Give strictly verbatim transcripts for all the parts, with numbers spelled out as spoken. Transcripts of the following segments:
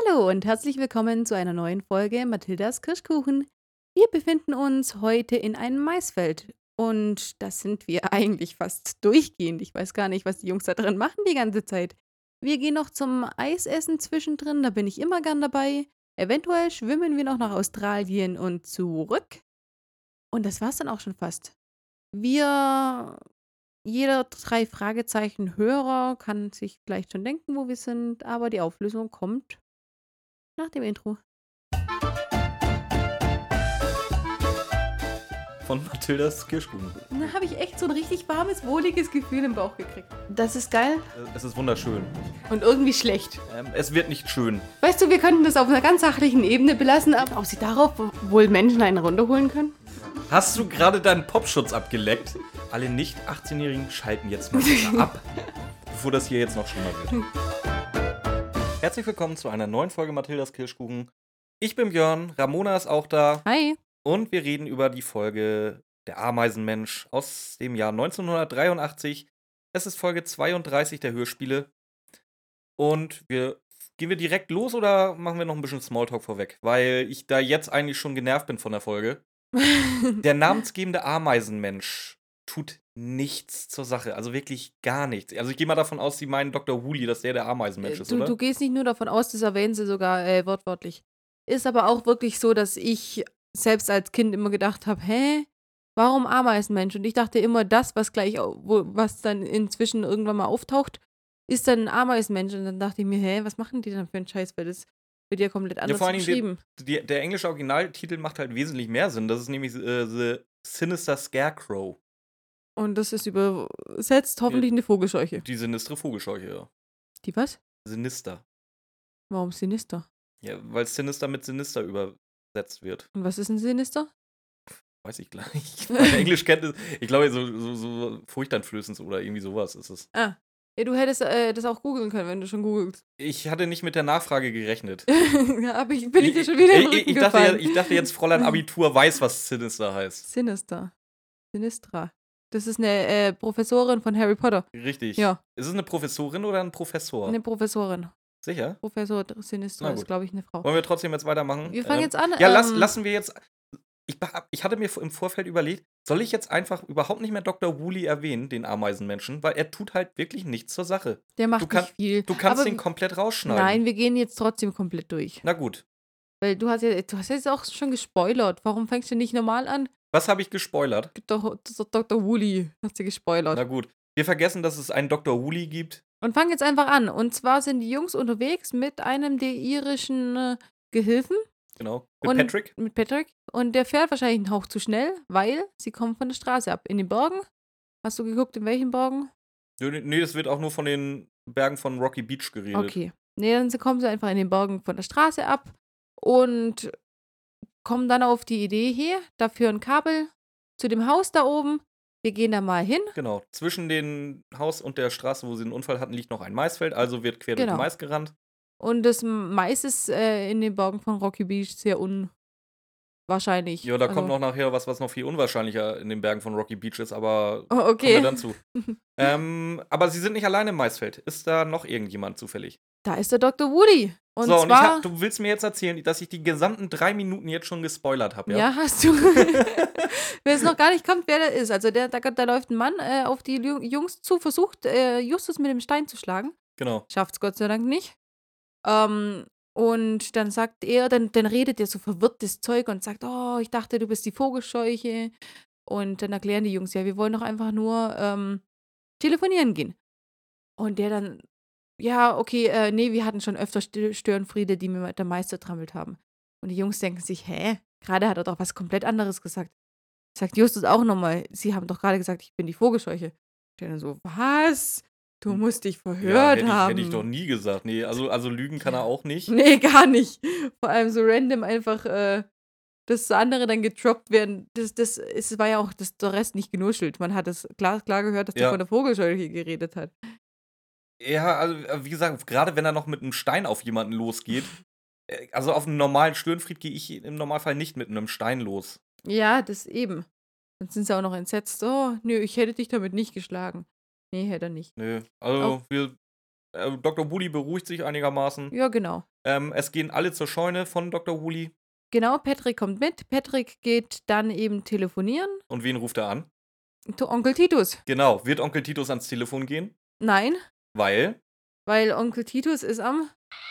Hallo und herzlich willkommen zu einer neuen Folge Mathildas Kirschkuchen. Wir befinden uns heute in einem Maisfeld und das sind wir eigentlich fast durchgehend. Ich weiß gar nicht, was die Jungs da drin machen die ganze Zeit. Wir gehen noch zum Eisessen zwischendrin, da bin ich immer gern dabei. Eventuell schwimmen wir noch nach Australien und zurück. Und das war's dann auch schon fast. Wir, jeder drei Fragezeichen Hörer kann sich vielleicht schon denken, wo wir sind, aber die Auflösung kommt nach dem Intro. Von Mathildas Kirschkuchen. Da habe ich echt so ein richtig warmes, wohliges Gefühl im Bauch gekriegt. Das ist geil Äh, Es ist wunderschön. und irgendwie schlecht. Ähm, es wird nicht schön. Weißt du, wir könnten das auf einer ganz sachlichen Ebene belassen, aber ob sie darauf wohl Menschen eine Runde holen können? Hast du gerade deinen Popschutz abgeleckt? Alle nicht achtzehnjährigen schalten jetzt mal bitte ab, bevor das hier jetzt noch schlimmer wird. Herzlich willkommen zu einer neuen Folge Mathildas Kirschkuchen. Ich bin Björn, Ramona ist auch da Hi. und wir reden über die Folge Der Ameisenmensch aus dem Jahr neunzehnhundertdreiundachtzig. Es ist Folge zweiunddreißig der Hörspiele. Und wir gehen wir direkt los oder machen wir noch ein bisschen Smalltalk vorweg? Weil ich da jetzt eigentlich schon genervt bin von der Folge. Der namensgebende Ameisenmensch tut nichts zur Sache. Also wirklich gar nichts. Also ich gehe mal davon aus, Sie meinen Doktor Woolley, dass der der Ameisenmensch ist, Du, oder? du gehst nicht nur davon aus, das erwähnen sie sogar äh, wortwörtlich. Ist aber auch wirklich so, dass ich selbst als Kind immer gedacht habe, hä, warum Ameisenmensch? Und ich dachte immer, das, was gleich, au- wo, was dann inzwischen irgendwann mal auftaucht, ist dann ein Ameisenmensch. Und dann dachte ich mir, hä, was machen die dann für einen Scheiß? Weil das wird ja komplett anders vor allen Dingen geschrieben. Die, der englische Originaltitel macht halt wesentlich mehr Sinn. Das ist nämlich äh, The Sinister Scarecrow. Und das ist übersetzt hoffentlich eine Vogelscheuche. Die sinistre Vogelscheuche, ja. Die was? Sinister. Warum Sinister? Ja, weil Sinister mit Sinister übersetzt wird. Und was ist ein Sinister? Weiß ich gleich nicht. Meine Englischkenntnis, ich glaube, so, so, so furchteinflößend oder irgendwie sowas ist es. Ah. Ja, du hättest äh, das auch googeln können, wenn du schon googelst. Ich hatte nicht mit der Nachfrage gerechnet. Ja, aber ich bin ich dir schon wieder im ich, Rücken ich, dachte, gefallen. ich dachte jetzt, Fräulein Abitur weiß, was Sinister heißt. Sinister. Sinistra. Das ist eine äh, Professorin von Harry Potter. Richtig. Ja. Ist es eine Professorin oder ein Professor? Eine Professorin. Sicher? Professor Sinistra Na ist, gut. glaube ich, eine Frau. Wollen wir trotzdem jetzt weitermachen? Wir fangen Ähm, jetzt an. Ja, lass, ähm, lassen wir jetzt. Ich, beh- ich hatte mir im Vorfeld überlegt, soll ich jetzt einfach überhaupt nicht mehr Doktor Woolley erwähnen, den Ameisenmenschen, weil er tut halt wirklich nichts zur Sache. Der macht du kann- nicht viel. Du kannst aber den komplett rausschneiden. Nein, wir gehen jetzt trotzdem komplett durch. Na gut. Weil du hast ja, du hast jetzt auch schon gespoilert. Warum fängst du nicht normal an? Was habe ich gespoilert? Doch, Doktor Woolley hast du gespoilert. Na gut. Wir vergessen, dass es einen Doktor Woolley gibt. Und fang jetzt einfach an. Und zwar sind die Jungs unterwegs mit einem der irischen äh, Gehilfen. Genau. Mit Und Patrick. Mit Patrick. Und der fährt wahrscheinlich einen Hauch zu schnell, weil sie kommen von der Straße ab. In den Bergen. Hast du geguckt, in welchen Bergen? Nee, nee, das wird auch nur von den Bergen von Rocky Beach geredet. Okay. Nee, dann kommen sie einfach in den Bergen von der Straße ab und kommen dann auf die Idee hier, dafür ein Kabel zu dem Haus da oben. Wir gehen da mal hin. Genau. Zwischen dem Haus und der Straße, wo sie den Unfall hatten, liegt noch ein Maisfeld, also wird quer durch Genau. den Mais gerannt. Und das Mais ist äh, in den Bergen von Rocky Beach sehr unwahrscheinlich. Ja, da Also- kommt noch nachher was, was noch viel unwahrscheinlicher in den Bergen von Rocky Beach ist, aber Oh, kommen okay. wir dann zu. ähm, aber sie sind nicht alleine im Maisfeld. Ist da noch irgendjemand zufällig? Da ist der Doktor Woody. Und so, und ich zwar. hab, du willst mir jetzt erzählen, dass ich die gesamten drei Minuten jetzt schon gespoilert habe, ja? Ja, hast du. Wer es noch gar nicht kommt, wer der ist. Also der, da, da läuft ein Mann äh, auf die Ju- Jungs zu, versucht äh, Justus mit dem Stein zu schlagen. Genau. Schafft's Gott sei Dank nicht. Ähm, und dann sagt er, dann, dann redet er so verwirrtes Zeug und sagt, oh, ich dachte, du bist die Vogelscheuche. Und dann erklären die Jungs, ja, wir wollen doch einfach nur ähm, telefonieren gehen. Und der dann, ja, okay, äh, nee, wir hatten schon öfter St- Störenfriede, die mir mit der Meister trammelt haben. Und die Jungs denken sich, hä? Gerade hat er doch was komplett anderes gesagt. Sagt Justus auch nochmal, sie haben doch gerade gesagt, ich bin die Vogelscheuche. Der dann so, was? Du musst dich Ja, verhört hätte ich, haben. hätte ich doch nie gesagt. Nee, also, also lügen kann er auch nicht. Nee, gar nicht. Vor allem so random einfach, äh, dass andere dann getroppt werden. Das, das, es war ja auch das, der Rest nicht genuschelt. Man hat es klar, klar gehört, dass der Ja. von der Vogelscheuche geredet hat. Ja, also äh, wie gesagt, gerade wenn er noch mit einem Stein auf jemanden losgeht. äh, Also auf einen normalen Störenfried gehe ich im Normalfall nicht mit einem Stein los. Ja, das eben. Dann sind sie auch noch entsetzt. Oh, nö, ich hätte dich damit nicht geschlagen. Nee, hätte er nicht. Nö. Also wir. Äh, Doktor Woolley beruhigt sich einigermaßen. Ja, genau. Ähm, es gehen alle zur Scheune von Doktor Woolley. Genau, Patrick kommt mit. Patrick geht dann eben telefonieren. Und wen ruft er an? Zu Onkel Titus. Genau, wird Onkel Titus ans Telefon gehen? Nein, Weil weil Onkel Titus ist am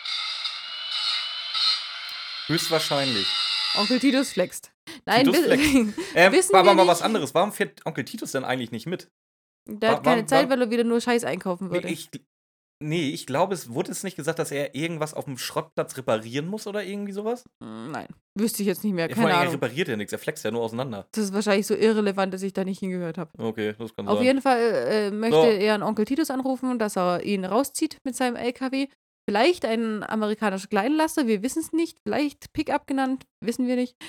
höchstwahrscheinlich. Onkel Titus flext. Nein, Titus wi- flext. Ähm, wissen aber wir mal nicht. was anderes. Warum fährt Onkel Titus denn eigentlich nicht mit? Der hat Wa- keine wa- Zeit, wa- weil er wieder nur Scheiß einkaufen Nee, würde. ich, nee, ich glaube, es wurde es nicht gesagt, dass er irgendwas auf dem Schrottplatz reparieren muss oder irgendwie sowas? Mm, Nein, wüsste ich jetzt nicht mehr. Ja, vor Keine allem, er Ahnung. repariert ja nichts, er flext ja nur auseinander. Das ist wahrscheinlich so irrelevant, dass ich da nicht hingehört habe. Okay, das kann Auf sein. jeden Fall äh, möchte So. er einen Onkel Titus anrufen, dass er ihn rauszieht mit seinem L K W. Vielleicht ein amerikanischer Kleinlaster, wir wissen es nicht. Vielleicht Pickup genannt, wissen wir nicht.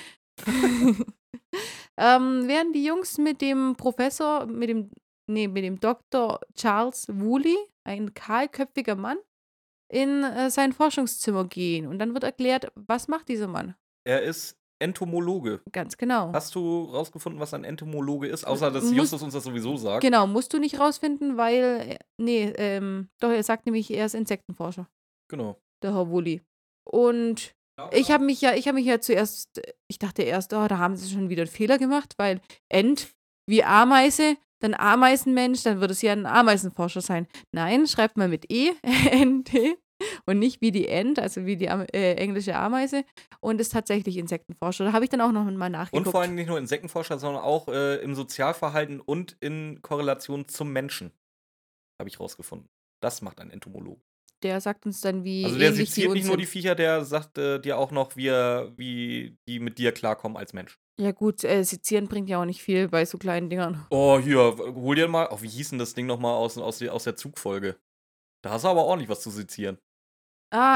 ähm, während die Jungs mit dem Professor, mit dem, nee, mit dem Doktor Charles Woolley, ein kahlköpfiger Mann, in äh, sein Forschungszimmer gehen. Und dann wird erklärt, was macht dieser Mann? Er ist Entomologe. Ganz genau. Hast du rausgefunden, was ein Entomologe ist? Außer, dass Muss- Justus uns das sowieso sagt. Genau, musst du nicht rausfinden, weil, äh, nee, ähm, doch, er sagt nämlich, er ist Insektenforscher, Genau. der Herr Woolley. Und ich habe mich ja, ich habe mich ja zuerst, ich dachte erst, oh, da haben sie schon wieder einen Fehler gemacht, weil Ent wie Ameise, dann Ameisenmensch, dann wird es ja ein Ameisenforscher sein. Nein, schreibt mal mit E, N T und nicht wie die Ent, also wie die Am- äh, englische Ameise und ist tatsächlich Insektenforscher. Da habe ich dann auch noch mal Und nachgeguckt. vor allem nicht nur Insektenforscher, sondern auch äh, im Sozialverhalten und in Korrelation zum Menschen. Habe ich rausgefunden. Das macht ein Entomologe. Der sagt uns dann, wie Also der ähnlich die seziert uns nicht nur die sind. Viecher, der sagt äh, dir auch noch, wie, er, wie die mit dir klarkommen als Mensch. Ja gut, äh, sezieren bringt ja auch nicht viel bei so kleinen Dingern. Oh, hier, hol dir mal. Oh, wie hieß denn das Ding nochmal aus, aus, die- aus der Zugfolge? Da hast du aber ordentlich was zu sezieren. Ah,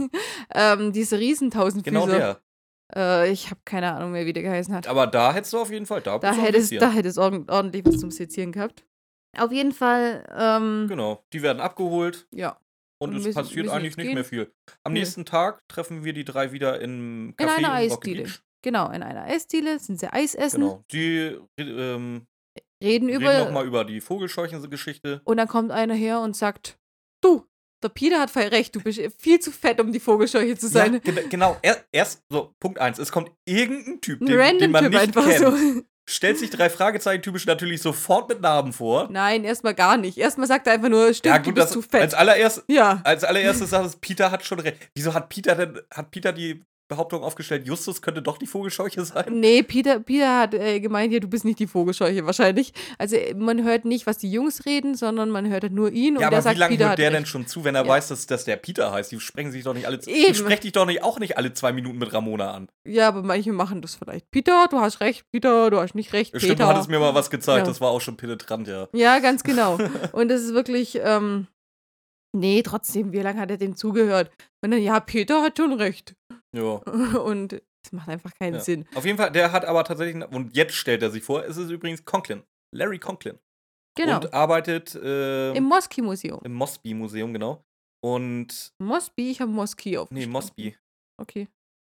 ähm, diese Riesentausendfüßer. Genau der. Äh, ich habe keine Ahnung mehr, wie der geheißen hat. Aber da hättest du auf jeden Fall. Da, Da bist du am hätte es, Sezieren. da hätte es ordn- ordentlich was zum Sezieren gehabt. Auf jeden Fall, ähm, Genau. Die werden abgeholt ja. und, Und es müssen- passiert müssen eigentlich jetzt nicht gehen? mehr viel. Am Nö. nächsten Tag treffen wir die drei wieder im In Café einer in Rocky Eisdiele. Beach. Genau, in einer Eisdiele sind sie Eis essen, Genau. Die ähm, reden reden über. nochmal über die Vogelscheuchen-Geschichte. Und dann kommt einer her und sagt: Du, der Peter hat voll recht, du bist viel zu fett, um die Vogelscheuche zu sein. Ja, gen genau. Er, erst, so, Punkt eins. Es kommt irgendein Typ, Ein den, random den man Typ nicht einfach kennt. so. Stellt sich drei Fragezeichen typisch natürlich sofort mit Namen vor. Nein, erstmal gar nicht. Erstmal sagt er einfach nur, stimmt, Ja, du gut, bist das, zu fett. als, allererst, Ja. als allererstes sagt es, Peter hat schon recht. Wieso hat Peter denn, hat Peter die Behauptung aufgestellt, Justus könnte doch die Vogelscheuche sein? Nee, Peter, Peter hat äh, gemeint, ja, du bist nicht die Vogelscheuche wahrscheinlich. Also äh, man hört nicht, was die Jungs reden, sondern man hört halt nur ihn und Ja, der aber sagt, wie lange Peter hört hat der recht. denn schon zu, wenn er Ja. weiß, dass, dass der Peter heißt? Die sprechen sich doch nicht alle. Eben. Die sprechen dich doch nicht auch nicht alle zwei Minuten mit Ramona an. Ja, aber manche machen das vielleicht. Peter, du hast recht. Peter, du hast nicht recht. Stimmt, Peter. du hattest mir mal was gezeigt, Ja. das war auch schon penetrant, ja. Ja, ganz genau. Und das ist wirklich, ähm, nee, trotzdem, wie lange hat er dem zugehört? Und dann, ja, Peter hat schon recht. Ja. Und es macht einfach keinen Ja. Sinn. Auf jeden Fall, der hat aber tatsächlich, und jetzt stellt er sich vor, es ist übrigens Conklin, Larry Conklin. Genau. Und arbeitet äh, Im Mosky-Museum. im Mosby-Museum, genau. Und, Mosby, ich habe Mosky nee, aufgeschrieben. Mosby. Okay.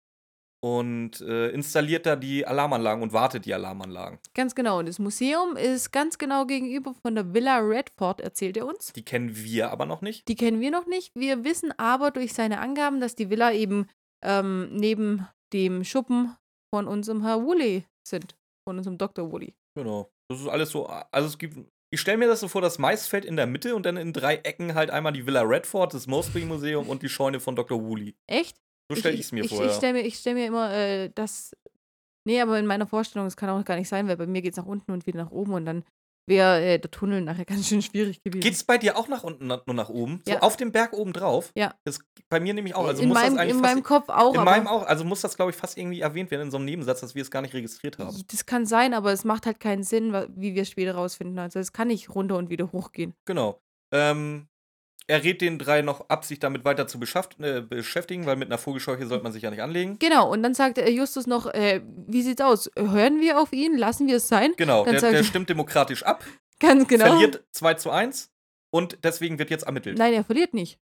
Und äh, installiert da die Alarmanlagen und wartet die Alarmanlagen. Ganz genau. Und das Museum ist ganz genau gegenüber von der Villa Redford, erzählt er uns. Die kennen wir aber noch nicht. Die kennen wir noch nicht. Wir wissen aber durch seine Angaben, dass die Villa eben ähm, neben dem Schuppen von unserem Herr Woolley sind. Von unserem Doktor Woolley. Genau. Das ist alles so, also es gibt, ich stelle mir das so vor, das Maisfeld in der Mitte und dann in drei Ecken halt einmal die Villa Redford, das Mosby-Museum und die Scheune von Doktor Woolley. Echt? So stelle ich es mir ich, vor, Ich ja. stelle mir, ich stell mir immer äh, das. Nee, aber in meiner Vorstellung, das kann auch gar nicht sein, weil bei mir geht es nach unten und wieder nach oben und dann wäre äh, der Tunnel nachher ganz schön schwierig gewesen. Geht's bei dir auch nach unten, na- nur nach oben? So Ja. auf dem Berg oben drauf? Ja. Das bei mir nämlich auch. Also in muss meinem, das eigentlich in fast, meinem Kopf auch. in aber meinem auch, also muss das, glaube ich, fast irgendwie erwähnt werden in so einem Nebensatz, dass wir es gar nicht registriert haben. Das kann sein, aber es macht halt keinen Sinn, wa- wie wir später rausfinden. Also es kann nicht runter und wieder hochgehen. Genau. Ähm, er rät den drei noch ab, sich damit weiter zu beschaft, äh, beschäftigen, weil mit einer Vogelscheuche sollte man sich ja nicht anlegen. Genau, und dann sagt äh, Justus noch, äh, wie sieht's aus? Hören wir auf ihn? Lassen wir es sein? Genau, Dann der, sagt der er- stimmt demokratisch ab, Ganz genau. verliert zwei zu eins und deswegen wird jetzt ermittelt. Nein, er verliert nicht.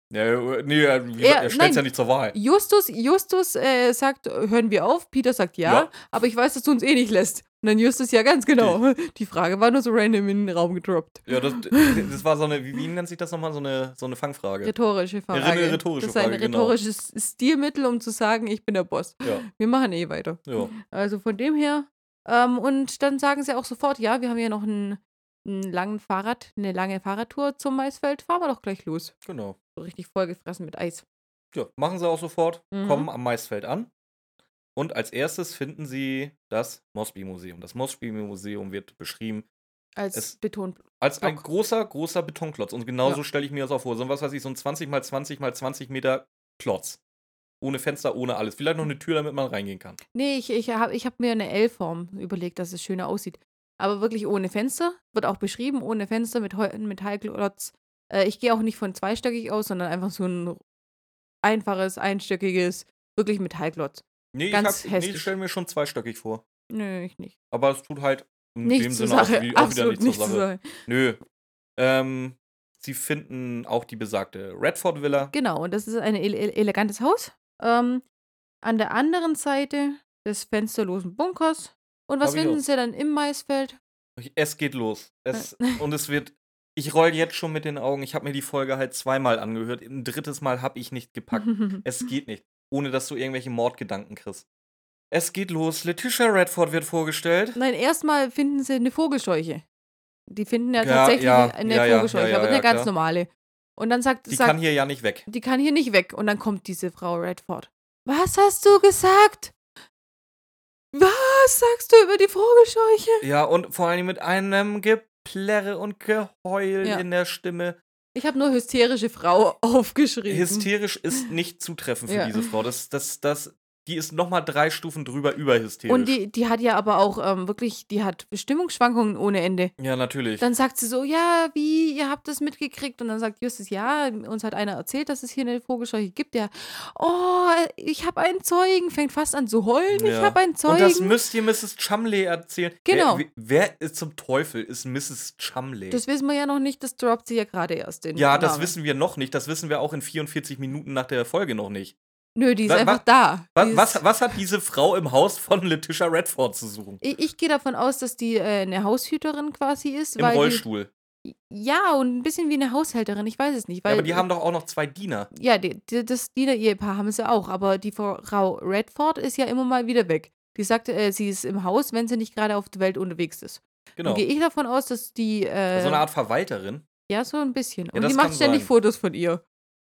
Ja, äh, nee, äh, wie, Er, er stellt es ja nein, nicht zur Wahl. Justus, Justus äh, sagt, hören wir auf. Peter sagt ja, Ja. aber ich weiß, dass du uns eh nicht lässt. Und dann Justus, ja, ganz genau. Die Frage war nur so random in den Raum gedroppt. Ja, das, das war so eine, wie, wie nennt sich das nochmal, so eine, so eine Fangfrage. Rhetorische Frage. Eine rhetorische das ist ein Frage, genau. rhetorisches Stilmittel, um zu sagen, ich bin der Boss. Ja. Wir machen eh weiter. Ja. Also von dem her. Ähm, und dann sagen sie auch sofort, ja, wir haben ja noch einen, einen langen Fahrrad, eine lange Fahrradtour zum Maisfeld. Fahren wir doch gleich los. Genau. So richtig vollgefressen mit Eis. Ja, machen sie auch sofort, Mhm. kommen am Maisfeld an. Und als erstes finden sie das Mosby-Museum. Das Mosby-Museum wird beschrieben Als Es- Beton. als ein Block. großer, großer Betonklotz. Und genauso Ja. stelle ich mir das auch vor. So ein, was weiß ich, so ein zwanzig mal zwanzig mal zwanzig Meter Klotz. Ohne Fenster, ohne alles. Vielleicht noch eine Tür, damit man reingehen kann. Nee, ich, ich habe ich hab mir eine L-Form überlegt, dass es schöner aussieht. Aber wirklich ohne Fenster. Wird auch beschrieben, ohne Fenster mit Heu- Metallklotz. Äh, ich gehe auch nicht von zweistöckig aus, sondern einfach so ein einfaches, einstöckiges, wirklich Metallklotz. Nee, Ganz ich, hab- nee, hässlich. ich stelle mir schon zweistöckig vor. Nö, ich nicht. Aber es tut halt in Nichts dem zur Sinne auch, Sache. wie, auch wieder Absolut nichts zur nichts zur Sache. Sache. Nö. Ähm, sie finden auch die besagte Redford Villa. Genau, und das ist ein ele ele- elegantes Haus. Ähm, an der anderen Seite des fensterlosen Bunkers. Und was Hab ich finden auch. sie dann im Maisfeld? Es geht los. Es, und es wird. Ich roll jetzt schon mit den Augen. Ich habe mir die Folge halt zweimal angehört. Ein drittes Mal habe ich nicht gepackt. Es geht nicht. Ohne dass du irgendwelche Mordgedanken kriegst. Es geht los. Letitia Redford wird vorgestellt. Nein, erstmal finden sie eine Vogelscheuche. Die finden ja, Ja, tatsächlich ja, eine ja, ja, Vogelscheuche, ja, ja, aber eine ja, ganz klar. normale. Und dann sagt, Die sagt kann hier ja nicht weg. die kann hier nicht weg. Und dann kommt diese Frau Redford. Was hast du gesagt? Was sagst du über die Vogelscheuche? Ja, und vor allem mit einem Geplärre und Geheul Ja. in der Stimme. Ich habe nur hysterische Frau aufgeschrieben. Hysterisch ist nicht zutreffend für Ja. diese Frau. Das, das, das, die ist nochmal drei Stufen drüber über hysterisch. Und die, die hat ja aber auch ähm, wirklich, die hat Stimmungsschwankungen ohne Ende. ja, natürlich. Dann sagt sie so, ja, wie, ihr habt das mitgekriegt? Und dann sagt Justus, ja, uns hat einer erzählt, dass es hier eine Vogelscheuche gibt. Der, oh, ich habe einen Zeugen, fängt fast an zu heulen, ich Ja. habe einen Zeugen. Und das müsst ihr Misses Chumley erzählen. Genau. Wer, wer ist zum Teufel ist Misses Chumley? Das wissen wir ja noch nicht, das droppt sie ja gerade erst. Den ja, das Namen. wissen wir noch nicht. Das wissen wir auch in vierundvierzig Minuten nach der Folge noch nicht. Nö, die ist Wa- einfach wa- da. Was, Die ist, was, was hat diese Frau im Haus von Letitia Redford zu suchen? Ich, ich gehe davon aus, dass die äh, eine Haushüterin quasi ist. Im weil Rollstuhl. Die, ja, und ein bisschen wie eine Haushälterin, ich weiß es nicht. Weil, Ja, aber die haben doch auch noch zwei Diener. Ja, die, die, das Diener-Ehepaar haben sie auch, aber die Frau Redford ist ja immer mal wieder weg. Die sagte, äh, sie ist im Haus, wenn sie nicht gerade auf der Welt unterwegs ist. Genau. Dann gehe ich davon aus, dass die. Äh, So eine Art Verwalterin. Ja, so ein bisschen. Und das die macht kann ständig sein. Fotos von ihr.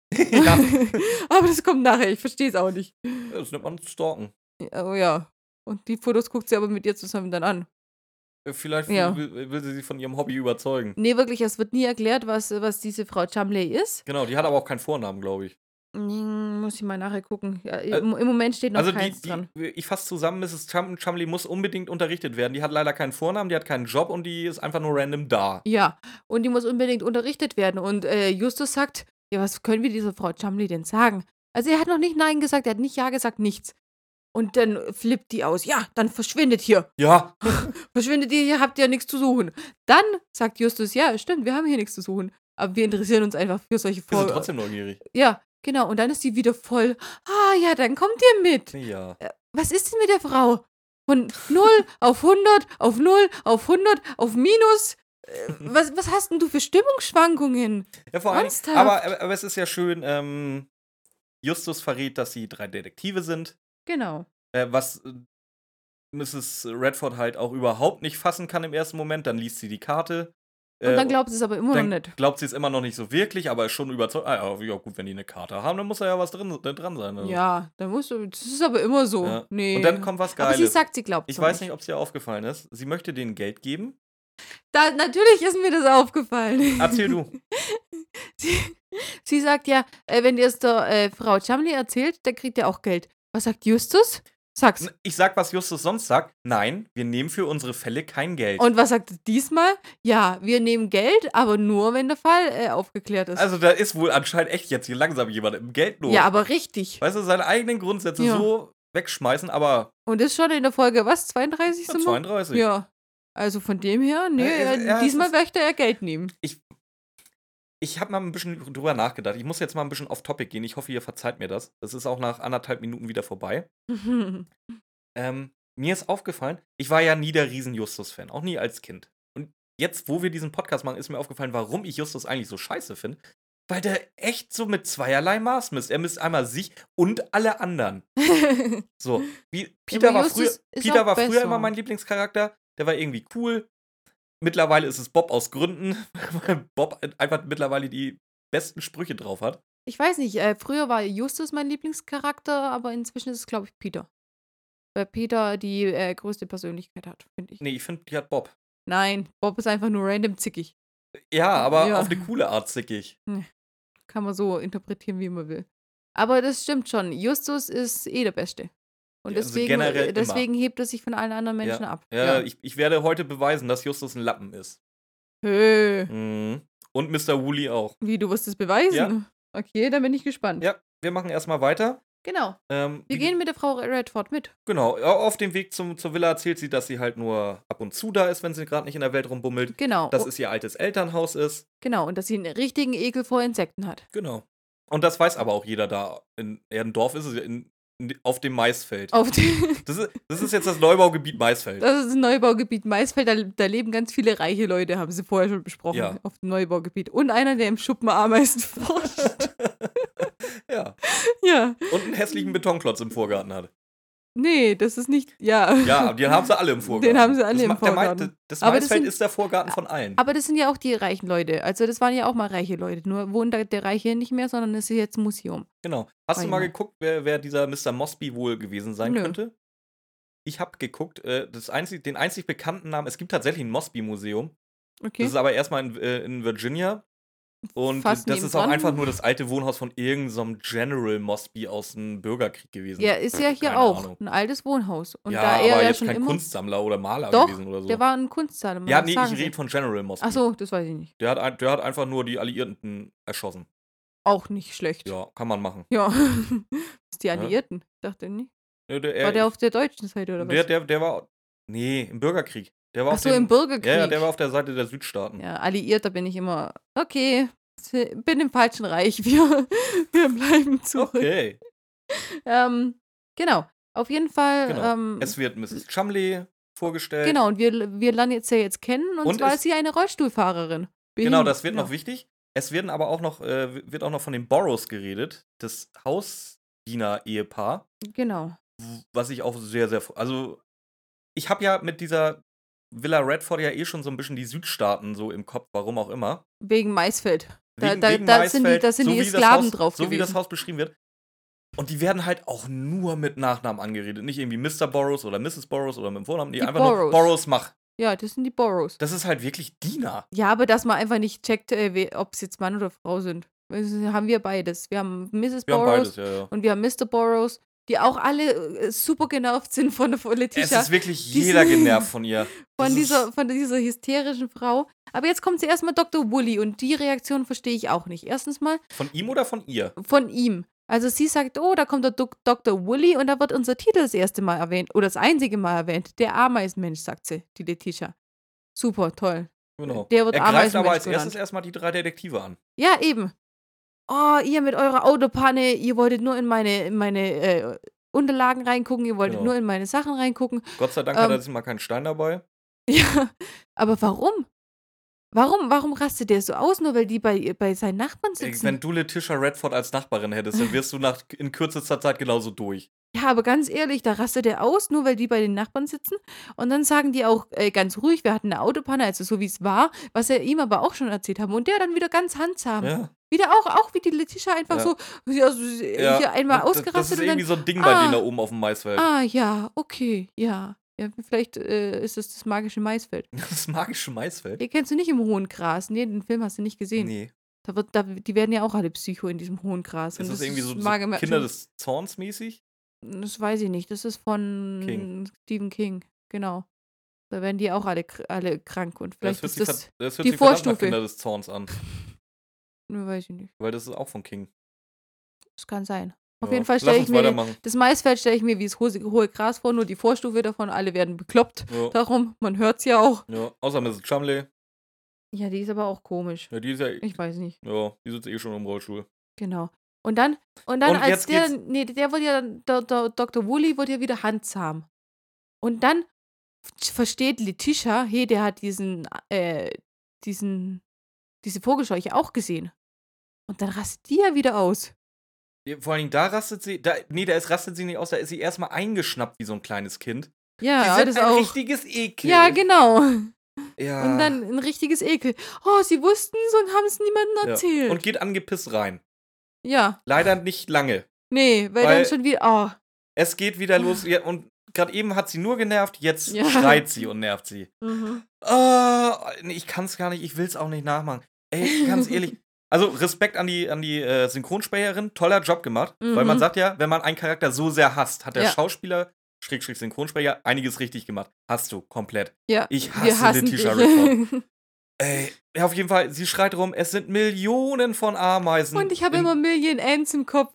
ja, Aber das kommt nachher, ich verstehe es auch nicht. das nennt man Stalken. Oh ja. Und die Fotos guckt sie aber mit ihr zusammen dann an. Äh, Vielleicht Ja. will, will sie sie von ihrem Hobby überzeugen. Nee, wirklich, es wird nie erklärt, was, was diese Frau Chumley ist. Genau, die hat aber auch keinen Vornamen, glaube ich. Hm, Muss ich mal nachher gucken. Ja, im, Im Moment steht noch Also die, keins dran. die, ich fasse zusammen, Misses Chum, Chumley muss unbedingt unterrichtet werden. Die hat leider keinen Vornamen, die hat keinen Job und die ist einfach nur random da. Ja, und die muss unbedingt unterrichtet werden. Und äh, Justus sagt, ja, was können wir dieser Frau Chumley denn sagen? Also er hat noch nicht Nein gesagt, er hat nicht Ja gesagt, nichts. Und dann flippt die aus. Ja, dann verschwindet hier. Ja, Verschwindet ihr, hier habt ihr nichts zu suchen. Dann sagt Justus, ja, stimmt, wir haben hier nichts zu suchen. Aber wir interessieren uns einfach für solche wir sind Folgen. trotzdem neugierig. Ja, genau. Und dann ist die wieder voll, ah ja, dann kommt ihr mit. Ja. Äh, Was ist denn mit der Frau? Von null auf hundert, auf null, auf hundert, auf Minus. Äh, Was, was hast denn du für Stimmungsschwankungen? Ja, vor allem, Ernsthaft? aber, aber, aber es ist ja schön, ähm, Justus verrät, dass sie drei Detektive sind, Genau. äh, was äh, Misses Redford halt auch überhaupt nicht fassen kann im ersten Moment. Dann liest sie die Karte. Und äh, dann glaubt sie es aber immer noch dann nicht. glaubt sie es immer noch nicht so wirklich, aber ist schon überzeugt. Ah, ja, ja, gut, wenn die eine Karte haben, dann muss da ja was drin, äh, dran sein. Also. Ja, da musst du, das ist aber immer so. Ja. Nee. Und dann kommt was aber sie Geiles. sagt, sie glaubt Ich weiß nicht, ob es dir aufgefallen ist. Sie möchte denen Geld geben. Da, natürlich ist mir das aufgefallen. Erzähl du. sie, sie sagt ja, äh, wenn ihr es der äh, Frau Chumley erzählt, dann kriegt ihr auch Geld. Was sagt Justus? Sag's. Ich sag, was Justus sonst sagt. Nein, wir nehmen für unsere Fälle kein Geld. Und was sagt er diesmal? Ja, wir nehmen Geld, aber nur, wenn der Fall äh, aufgeklärt ist. Also da ist wohl anscheinend echt jetzt hier langsam jemand im Geldnot. ja, aber richtig. Weißt du, seine eigenen Grundsätze Ja. so wegschmeißen, aber Und ist schon in der Folge, was, zweiunddreißig ja, sind wir? zweiunddreißig. Ja. Also von dem her, nee, Ja, es- äh, ja, es diesmal ist- möchte er Geld nehmen. Ich habe mal ein bisschen drüber nachgedacht. Ich muss jetzt mal ein bisschen off Topic gehen. Ich hoffe, ihr verzeiht mir das. Das ist auch nach anderthalb Minuten wieder vorbei. Ähm, mir ist aufgefallen, ich war ja nie der Riesen-Justus-Fan, auch nie als Kind. Und jetzt, wo wir diesen Podcast machen, ist mir aufgefallen, warum ich Justus eigentlich so scheiße finde. Weil der echt so mit zweierlei Maß misst. Er misst einmal sich und alle anderen. So, wie Peter Aber war früher, Justus ist Peter auch war früher besser. immer mein Lieblingscharakter. Der war irgendwie cool. Mittlerweile ist es Bob aus Gründen, weil Bob einfach mittlerweile die besten Sprüche drauf hat. Ich weiß nicht, äh, früher war Justus mein Lieblingscharakter, aber inzwischen ist es, glaube ich, Peter. Weil Peter die äh, größte Persönlichkeit hat, finde ich. Nee, ich finde, die hat Bob. Nein, Bob ist einfach nur random zickig. Ja, aber Ja. auf eine coole Art zickig. Kann man so interpretieren, wie man will. Aber das stimmt schon. Justus ist eh der Beste. Und Ja, also deswegen, generell äh, immer. deswegen hebt er sich von allen anderen Menschen Ja, ab. ja, Ich, ich werde heute beweisen, dass Justus ein Lappen ist. Hö. Mhm. Und Mister Woolley auch. Wie, du wirst es beweisen? Ja. Okay, dann bin ich gespannt. Ja, wir machen erstmal weiter. Genau. Ähm, Wir wie- gehen mit der Frau Redford mit. Genau, au- auf dem Weg zum, zur Villa erzählt sie, dass sie halt nur ab und zu da ist, wenn sie gerade nicht in der Welt rumbummelt. Genau. Dass Oh, es ihr altes Elternhaus ist. genau. Und dass sie einen richtigen Ekel vor Insekten hat. Genau. Und das weiß aber auch jeder da. In Erdendorf ist es ja in, in, auf dem Maisfeld. Auf die, Das ist, das ist jetzt das Neubaugebiet Maisfeld. das ist ein Neubaugebiet Maisfeld. Da, da leben ganz viele reiche Leute, haben sie vorher schon besprochen. Ja. Auf dem Neubaugebiet. Und einer, der im Schuppen Ameisen forscht. Ja. Ja. Und einen hässlichen Betonklotz im Vorgarten hat. Nee, das ist nicht. Ja. Ja, aber den haben sie alle im Vorgarten. Den haben sie alle das, im Ma- der Ma- Vorgarten. Das Aber das Maisfeld sind- ist der Vorgarten von allen. Aber das sind ja auch die reichen Leute. Also das waren ja auch mal reiche Leute. Nur wohnt da der Reiche nicht mehr, sondern es ist jetzt ein Museum. Genau. Hast du Weiß mal ich geguckt, wer, wer dieser Mister Mosby wohl gewesen sein Nö. könnte? Ich habe geguckt, äh, das einzig, den einzig bekannten Namen, es gibt tatsächlich ein Mosby-Museum. Okay. Das ist aber erstmal in, äh, in Virginia. Und Fast das ist auch nebendran. einfach nur das alte Wohnhaus von irgendeinem so General Mosby aus dem Bürgerkrieg gewesen. Ja, ist ja hier Keine auch Ahnung. ein altes Wohnhaus. Und ja, da er aber ja jetzt schon kein immer. Kunstsammler oder Maler Doch, gewesen oder so. der war ein Kunstsammler. ja, das nee, sagen ich sie. rede von General Mosby. Ach so, das weiß ich nicht. Der hat, ein- der hat einfach nur die Alliierten erschossen. Auch nicht schlecht. Ja, kann man machen. Ja. Das ist die Alliierten. Dachte nicht. Ja, der, War der auf der deutschen Seite oder der, was? der, der war. Nee, im Bürgerkrieg. Der war Ach auf so, dem, im Bürgerkrieg. Ja, ja, der war auf der Seite der Südstaaten. Ja, Alliierter bin ich immer. Okay, bin im falschen Reich. Wir, wir bleiben zurück. Okay. Ähm, genau. Auf jeden Fall. Genau. Ähm, Es wird Missus Chumley vorgestellt. genau, und wir, wir lernen jetzt ja jetzt kennen. Und, Und zwar es- ist sie eine Rollstuhlfahrerin. Genau, Behind- das wird ja. noch wichtig. Es werden aber auch noch, äh, wird auch noch von den Borrows geredet. Das Hausdiener-Ehepaar. Genau. Was ich auch sehr, sehr. Also, ich habe ja mit dieser Villa Redford ja eh schon so ein bisschen die Südstaaten so im Kopf, warum auch immer. Wegen Maisfeld. Da, Wegen, da, wegen da sind die, Maisfeld, da sind so die wie das Sklaven Haus, drauf So wie das gewesen. Haus beschrieben wird. Und die werden halt auch nur mit Nachnamen angeredet. Nicht irgendwie Mister Borrows oder Missus Borrows oder mit dem Vornamen. Nee, Die einfach nur Borrows. Borrows mach. Ja, das sind die Borrows. Das ist halt wirklich Diener. Ja, aber dass man einfach nicht checkt, äh, ob es jetzt Mann oder Frau sind. Das haben wir beides. Wir haben Missus Wir haben Borrows beides, ja, ja. und wir haben Mister Borrows, die auch alle äh, super genervt sind von der von Es Letitia. ist wirklich die jeder sind- genervt von ihr. Das Von ist- dieser, von dieser hysterischen Frau. Aber jetzt kommt zuerst mal Doktor Woolley und die Reaktion verstehe ich auch nicht. Erstens mal Von ihm oder von ihr? von ihm. Also sie sagt, oh, da kommt der Dok- Doktor Woolley und da wird unser Titel das erste Mal erwähnt. Oder das einzige Mal erwähnt. Der Ameisenmensch, sagt sie, die Letitia. Super, toll. Genau. Der wird er greift Ameisenmensch aber als genannt. erstes erstmal die drei Detektive an. Ja, eben. Oh, ihr mit eurer Autopanne, ihr wolltet nur in meine, in meine äh, Unterlagen reingucken, ihr wolltet Genau. nur in meine Sachen reingucken. Gott sei Dank Ähm, hat er sich mal keinen Stein dabei. Ja, aber warum? Warum, warum rastet der so aus, nur weil die bei, bei seinen Nachbarn Ey, sitzen? Wenn du Letitia Redford als Nachbarin hättest, dann wirst du nach, in kürzester Zeit genauso durch. Ja, aber ganz ehrlich, da rastet der aus, nur weil die bei den Nachbarn sitzen. Und dann sagen die auch äh, ganz ruhig, wir hatten eine Autopanne, also so wie es war, was er ihm aber auch schon erzählt haben. Und der dann wieder ganz handsam. Ja. Wieder auch, auch wie die Letitia einfach Ja. so ja, so, äh, hier einmal das, das ausgerastet ist und dann irgendwie so ein Ding bei Ah. denen da oben auf dem Maisfeld. Ah, ja, okay, ja. Ja, vielleicht äh, ist es das magische Maisfeld. Das magische Maisfeld? Hier kennst du nicht im hohen Gras. Nee, den Film hast du nicht gesehen. Nee. Da wird, da, die werden ja auch alle Psycho in diesem hohen Gras. Ist Und das irgendwie so, so mag- Kinder des Zorns mäßig? Das weiß ich nicht. Das ist von King. Stephen King. Genau. Da werden die auch alle, kr- alle krank. Und vielleicht das hört ist sich, das. ver- das hört die sich verdammt nach Vorstufe. Kinder des Zorns an. Ne, weiß ich nicht. Weil das ist auch von King. Das kann sein. Auf Ja. jeden Fall Lass stelle ich uns mir. weitermachen. Das Maisfeld stelle ich mir wie das hohe, hohe Gras vor, nur die Vorstufe davon. Alle werden bekloppt. Ja. Darum, man hört es ja auch. Ja. Außer Missus Chumley. Ja, die ist aber auch komisch. Ja, die ist ja Ich weiß nicht. ja, die sitzt eh schon im Rollstuhl. Genau. Und dann und dann, Und als jetzt der geht's ne, der wurde ja dann der der Doktor Woolley wurde ja wieder handzahm. Und dann f versteht Letitia, hey, der hat diesen, äh diesen diese Vogelscheuche auch gesehen. Und dann rastet die ja wieder aus. Ja, vor allen Dingen, da rastet sie da ne, da ist rastet sie nicht aus, da ist sie erst mal eingeschnappt wie so 'n kleines Kind. Die Ja, ah, sind das ein auch. richtiges Ja, Ekel. genau. Und Ja, dann 'n richtiges Ekel. Oh, sie wussten's und haben's niemandem ja. Und erzählt. geht angepisst rein. Ja. Leider nicht lange, Ne, weil dann weil schon wieder oh. es geht wieder los. Ja, und grad eben hat sie nur genervt, jetzt Ja. schreit sie und nervt sie. Mhm. Ah, ne, ich kann's gar nicht, ich will's auch nicht nachmachen. Ey, ganz ehrlich, also Respekt an die an die, äh, Synchronsprecherin, toller Job gemacht, weil man Mhm. sagt ja, wenn man einen Charakter so sehr hasst, hat der Ja. Schauspieler, Schrägstrich Synchronsprecher, einiges richtig gemacht. Hast du, komplett. Ja, Ich wir hasse hassen Letitia dich. Redford. Ey, ja, auf jeden Fall, sie schreit rum, es sind Millionen von Ameisen Und ich habe immer in Million Ants im Kopf.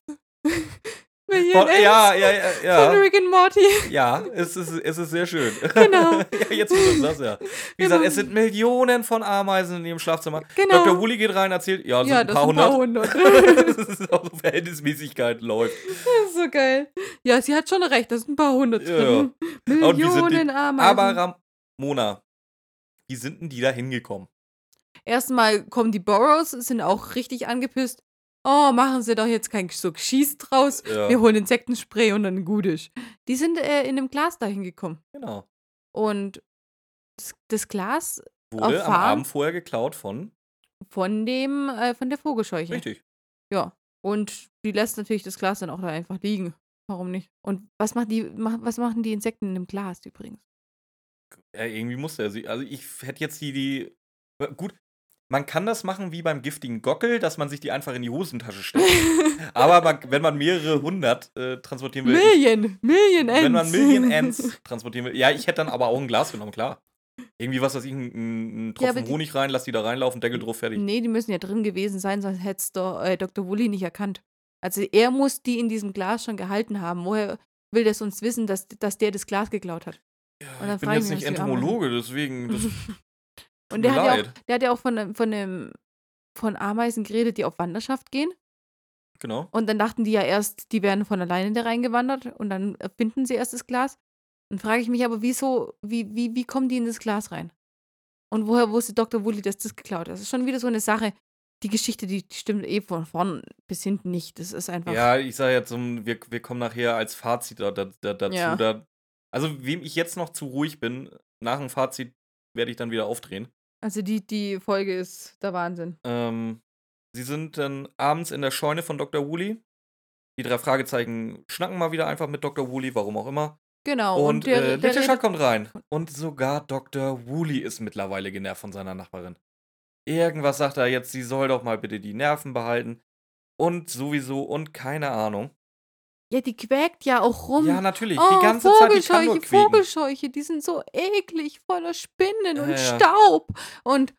Von Million ja, Ants ja, ja, von ja. Rick and Morty. Ja, es ist es ist sehr schön. Genau. Ja, jetzt, wo du sagst, ja. Wie gesagt, Genau. es sind Millionen von Ameisen in ihrem Schlafzimmer. Genau. Doktor Woolley geht rein, erzählt, ja, sind Ja, ein das paar sind 'n paar hundert. hundert. Das ist auch so Verhältnismäßigkeit läuft. Das ist so geil. Ja, sie hat schon recht, da sind 'n paar hundert Ja, ja. drin. Und wie sind Millionen die aber Ameisen. Ramona, wie sind denn die da hingekommen? Erst mal kommen die Burrows, sind auch richtig angepisst. „Oh, machen Sie doch jetzt kein so Geschiss draus. Wir Ja, holen Insektenspray und dann gut ist.“ Die sind, äh, in 'nem Glas da hingekommen. genau. Und das das Glas auf Wurde am Farm Abend vorher geklaut von von dem äh, von der Vogelscheuche. richtig. Ja. Und die lässt natürlich das Glas dann auch da einfach liegen. Warum nicht? Und was macht die mach was machen die Insekten in dem Glas übrigens? Ja, irgendwie musste er sie also, ich hätte jetzt die die äh, gut, man kann das machen wie beim giftigen Gockel, dass man sich die einfach in die Hosentasche steckt. Aber man wenn man mehrere hundert, äh, transportieren will ich Million, Million wenn man Ants. Million Ants transportieren will ja, ich hätte dann aber auch 'n Glas genommen, klar. Irgendwie, was weiß ich, 'n 'n 'n Ja, aber Tropfen die Honig rein, lass die da reinlaufen, Deckel drauf, fertig. ne, die müssen ja drin gewesen sein, sonst hätt's der, äh, Doktor Woolley nicht erkannt. Also, er muss die in diesem Glas schon gehalten haben. Woher will der sonst wissen, dass dass der das Glas geklaut hat? Ja, Und ich dann bin frage ich jetzt mich, nicht was die Ameisen Entomologe, deswegen, das tut Und mir der hat ja auch leid. der hat ja auch von 'nem von 'nem von Ameisen geredet, die auf Wanderschaft gehen. Genau. Und dann dachten die ja erst, die wären von alleine da reingewandert und dann äh, finden sie erst das Glas. Dann frage ich mich aber, wieso wie wie wie kommen die in das Glas rein? Und woher wusste Doktor Woolley, dass das geklaut ist? Das ist schon wieder so 'ne Sache, die Geschichte, die die stimmt eh von vorn bis hinten nicht. Das ist einfach Ja, ich sage jetzt zum wir wir kommen nachher als Fazit da da da dazu. ja. Da also, wem ich jetzt noch zu ruhig bin, nach 'm Fazit werde ich dann wieder aufdrehen. Also, die die Folge ist der Wahnsinn. Ähm, sie sind dann abends in der Scheune von Doktor Woolley. Die drei Fragezeichen schnacken mal wieder einfach mit Doktor Woolley, warum auch immer. Genau, und Und, der äh, re der Letitia redet kommt rein. von Und sogar Doktor Woolley ist mittlerweile genervt von seiner Nachbarin. Irgendwas sagt er jetzt, sie soll doch mal bitte die Nerven behalten und sowieso und keine Ahnung. ja, die quäkt ja auch Ja, rum. natürlich, die Oh, ganze Zeit, die kann nur Vogelscheuche, quäken. Vogelscheuche, die sind so eklig, voller Spinnen Ja, und ja. Staub und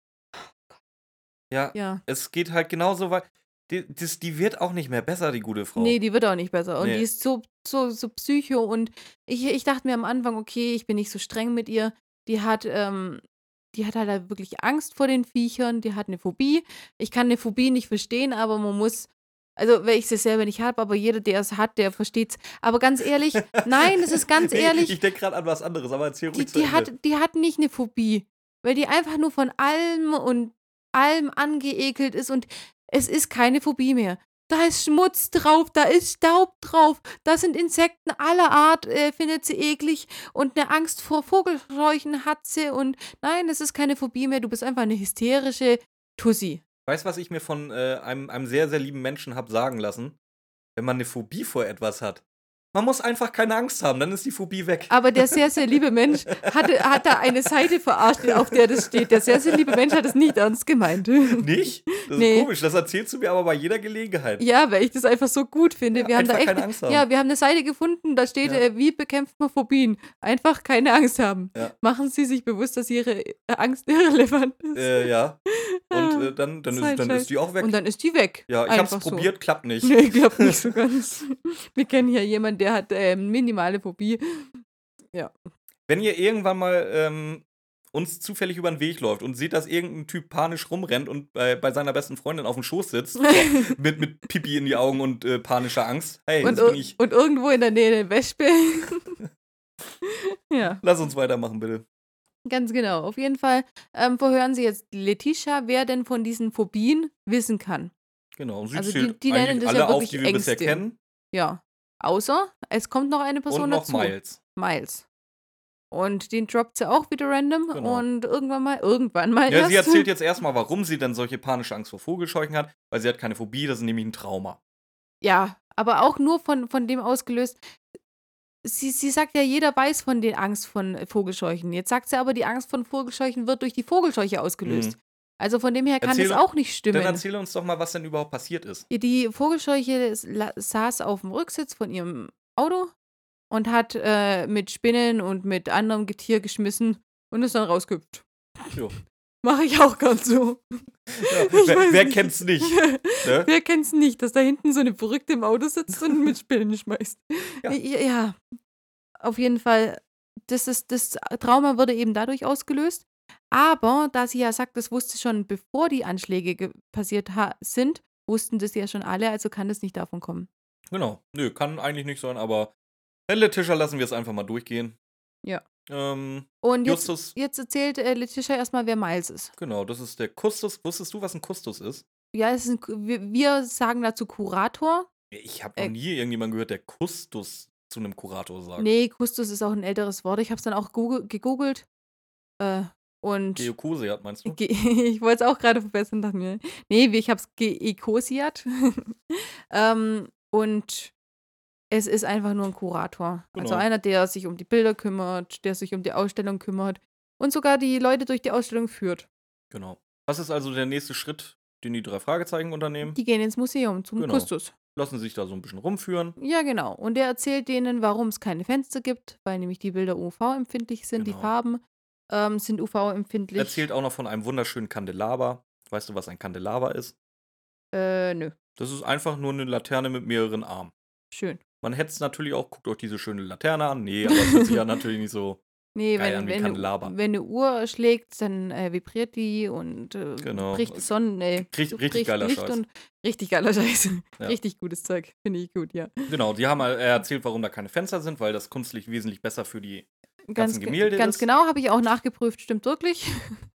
Ja, ja. es geht halt genauso wei die das die wird auch nicht mehr besser, die gute Ne, Frau. die wird auch nicht besser und die Ne, ist so so so Psycho und ich ich dachte mir am Anfang: „Okay, ich bin nicht so streng mit ihr.“ Die hat, ähm die hat halt halt wirklich Angst vor den Viechern, die hat 'ne Phobie. Ich kann 'ne Phobie nicht verstehen, aber man muss also, weil ich sie selber nicht habe, aber jeder, der es hat, der versteht's. Aber ganz ehrlich, nein, das ist ganz ne, ehrlich, ich denke grad an was anderes, aber erzähl die ruhig zu die hat Ende. die hat nicht 'ne Phobie, weil die einfach nur von allem und allem angeekelt ist und es ist keine Phobie mehr. Da ist Schmutz drauf, da ist Staub drauf, da sind Insekten aller Art, äh, findet sie eklig und 'ne Angst vor Vogelscheuchen hat sie und nein, es ist keine Phobie mehr, du bist einfach 'ne hysterische Tussi. Weißt du, was ich mir von, äh, einem einem sehr, sehr lieben Menschen habe sagen lassen? Wenn man 'ne Phobie vor etwas hat, man muss einfach keine Angst haben, dann ist die Phobie weg. Aber der sehr, sehr liebe Mensch hatte hat da eine Seite verarscht, auf der das steht. Der sehr, sehr liebe Mensch hat es nicht ernst gemeint. Nicht? Das ist Ne. komisch, das erzählst du mir aber bei jeder Gelegenheit. Ja, weil ich das einfach so gut finde. Ja, Wir haben da einfach echt keine 'ne Angst haben. ja, wir haben 'ne Seite gefunden, da steht, Ja, äh: „Wie bekämpft man Phobien?“ Einfach keine Angst haben. ja, Machen Sie sich bewusst, dass Ihre, äh, Angst irrelevant ist. äh, ja. Und, Ah, äh, dann dann ist ist halt dann ist scheiße. die auch Und weg. dann ist die weg. Ja, ich habe es Einfach so. probiert, klappt nicht. Ne, klappt nicht so ganz. Wir kennen hier jemanden, der hat, ähm, minimale Phobie. Ja. Wenn ihr irgendwann mal, ähm, uns zufällig über den Weg läuft und sieht, dass irgendein Typ panisch rumrennt und bei, bei seiner besten Freundin auf dem Schoß sitzt, mit, mit Pipi in die Augen und äh, panischer Angst. Hey, Und, das bin ir- ich. und irgendwo in der Nähe eine Wespe. Ja, Lass uns weitermachen, bitte. ganz genau. Auf jeden Fall ähm, verhören sie jetzt Letitia, wer denn von diesen Phobien wissen kann. Genau. Und sie Also zählt die, die nennen eigentlich das alle ja auf, wirklich die wir bisher Ängste. kennen. Ja. Außer, es kommt noch eine Person Und noch dazu. Miles. Miles. Und den droppt sie auch wieder random. Genau. Und irgendwann mal, irgendwann mal Ja, erst. sie erzählt jetzt erstmal, warum sie denn solche panische Angst vor Vogelscheuchen hat, weil sie hat keine Phobie, das ist nämlich ein Trauma. Ja, aber auch nur von, von dem ausgelöst. Sie, sie sagt ja, jeder weiß von der Angst von äh, Vogelscheuchen. Jetzt sagt sie aber, die Angst von Vogelscheuchen wird durch die Vogelscheuche ausgelöst. Mhm. Also von dem her kann Erzähl- das auch nicht Dann stimmen. erzähl uns doch mal, was denn überhaupt passiert ist. Die Vogelscheuche s- la- saß auf dem Rücksitz von ihrem Auto und hat äh, mit Spinnen und mit anderem Getier geschmissen und ist dann rausgehüpft. Jo. Mache ich auch ganz so. Ja, Ich wer weiß wer nicht. kennt's nicht? Ne? Wer kennt's nicht, dass da hinten so eine Verrückte im Auto sitzt und mit Spinnen schmeißt? Ja. Ja, ja, auf jeden Fall. Das, ist, das Trauma wurde eben dadurch ausgelöst. Aber da sie ja sagt, das wusste schon, bevor die Anschläge ge- passiert ha- sind, wussten das ja schon alle, also kann das nicht davon kommen. Genau. Nö, kann eigentlich nicht sein, aber Herr Letitia lassen wir es einfach mal durchgehen. Ja. Ähm, Und jetzt, Justus, jetzt erzählt äh, Letitia erstmal, wer Miles ist. genau, das ist der Kustus. Wusstest du, was ein Kustus ist? Ja, es ist ein, Ku- wir, wir sagen dazu Kurator. Ich habe noch Äh, nie irgendjemanden gehört, der Kustus zu einem Kurator sagt. Nee, Kustus ist auch ein älteres Wort. Ich habe es dann auch google- gegoogelt. Äh, und Geokosiat, meinst du? Ge ich wollte es auch gerade verbessern, dachte mir. Nee, wie- ich habe es geekosiert. ähm, und es ist einfach nur ein Kurator. Also Genau. einer, der sich um die Bilder kümmert, der sich um die Ausstellung kümmert und sogar die Leute durch die Ausstellung führt. Genau. Was ist also der nächste Schritt, den die drei Fragezeichen unternehmen? Die gehen ins Museum zum Genau. Kustus. Lassen sich da so ein bisschen rumführen. Ja, genau. Und der erzählt denen, warum es keine Fenster gibt, weil nämlich die Bilder U V-empfindlich sind, die Genau. Farben ähm, sind U V-empfindlich. Erzählt auch noch von einem wunderschönen Kandelaber. Weißt du, was ein Kandelaber ist? Äh, nö. Das ist einfach nur eine Laterne mit mehreren Armen. Schön. Man hätte es natürlich auch, guckt euch diese schöne Laterne an. Nee, aber es hört sich ja natürlich nicht so. Nee, Geil wenn, an wie wenn, eine, Kandelaber. wenn eine Uhr schlägt, dann äh, vibriert die und äh, Genau. bricht die Sonne. Äh, Richtig- richtig bricht geiler Licht Scheiß. Und, richtig geiler Scheiß. Ja. Richtig gutes Zeug. Finde ich gut, ja. Genau, die haben er erzählt, warum da keine Fenster sind, weil das Kunstlicht wesentlich besser für die Ganz, ganzen ge- Gemälde ganz ist. genau, habe ich auch nachgeprüft. Stimmt wirklich.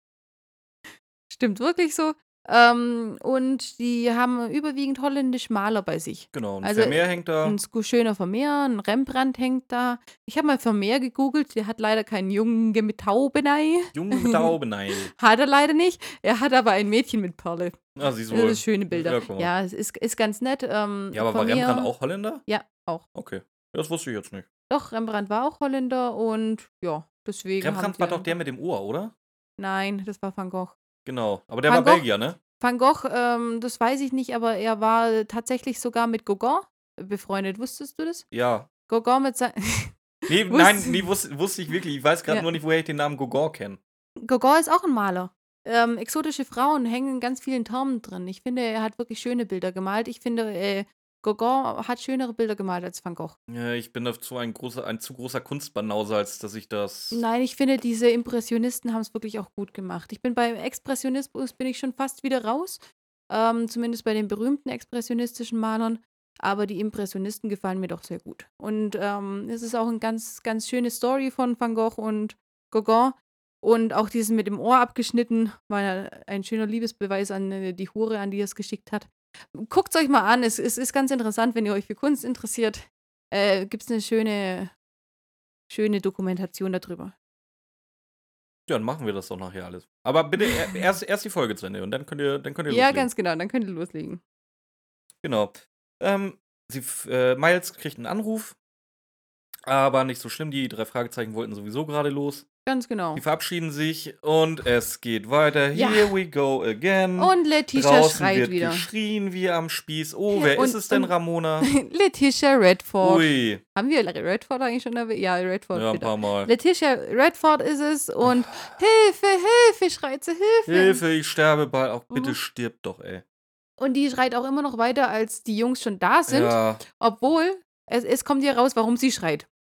Stimmt wirklich so. Ähm, und die haben überwiegend holländische Maler bei sich. Genau, ein Also, Vermeer hängt da. Ein sku- schöner Vermeer, ein Rembrandt hängt da. Ich habe mal Vermeer gegoogelt, der hat leider keinen Jungen mit Taubenei. Junge mit Tauben, nein. Hat er leider nicht. Er hat aber ein Mädchen mit Perle. Ah, siehst du Das wohl. ist schöne Bilder. Ja, guck mal. Ja, es ist, ist ganz nett. Ähm, Ja, aber war Vermeer- Rembrandt auch Holländer? Ja, auch. Okay, das wusste ich jetzt nicht. Doch, Rembrandt war auch Holländer und ja, deswegen. Rembrandt haben war die doch der mit dem Ohr, oder? Nein, das war Van Gogh. Genau, aber der Van war Gogh- Belgier, ne? Van Gogh, ähm, das weiß ich nicht, aber er war tatsächlich sogar mit Gauguin befreundet. Wusstest du das? Ja. Gauguin mit seinem. Nee, Wusst- nein, nee, wusste, wusste ich wirklich. Ich weiß gerade Ja. nur nicht, woher ich den Namen Gauguin kenne. Gauguin ist auch ein Maler. Ähm, exotische Frauen hängen in ganz vielen Türmen drin. Ich finde, er hat wirklich schöne Bilder gemalt. Ich finde, äh, Gauguin hat schönere Bilder gemalt als Van Gogh. Ja, ich bin dazu ein, großer, ein zu großer Kunstbanause, als dass ich das. Nein, ich finde, diese Impressionisten haben es wirklich auch gut gemacht. Ich bin beim Expressionismus bin ich schon fast wieder raus. Ähm, zumindest bei den berühmten expressionistischen Malern. Aber die Impressionisten gefallen mir doch sehr gut. Und ähm, es ist auch eine ganz, ganz schöne Story von Van Gogh und Gauguin. Und auch diesen mit dem Ohr abgeschnitten, war ja ein schöner Liebesbeweis an äh, die Hure, an die er es geschickt hat. Guckt es euch mal an, es, es ist ganz interessant, wenn ihr euch für Kunst interessiert. Äh, Gibt es eine schöne, schöne Dokumentation darüber. Ja, dann machen wir das doch nachher alles. Aber bitte er- erst, erst die Folge zu Ende und dann könnt ihr, dann könnt ihr Ja, loslegen. ganz genau, dann könnt ihr loslegen. Genau. Ähm, sie, f- äh, Miles kriegt einen Anruf, aber nicht so schlimm. Die drei Fragezeichen wollten sowieso gerade los. Ganz genau. Die verabschieden sich und es geht weiter. Ja. Here we go again. Und Letitia Draußen schreit wird wieder. geschrien wie am Spieß. Oh, wer Und- ist es denn, und- Ramona? Letitia Redford. Ui. Haben wir Redford eigentlich schon erwähnt? Ja, Redford. Ja, ein wieder. paar Mal. Letitia Redford ist es und Hilfe, Hilfe, schreit sie, Hilfe. Hilfe, ich sterbe bald. Auch bitte Mhm. stirb doch, ey. Und die schreit auch immer noch weiter, als die Jungs schon da sind, Ja, obwohl es, es kommt hier raus, warum sie schreit.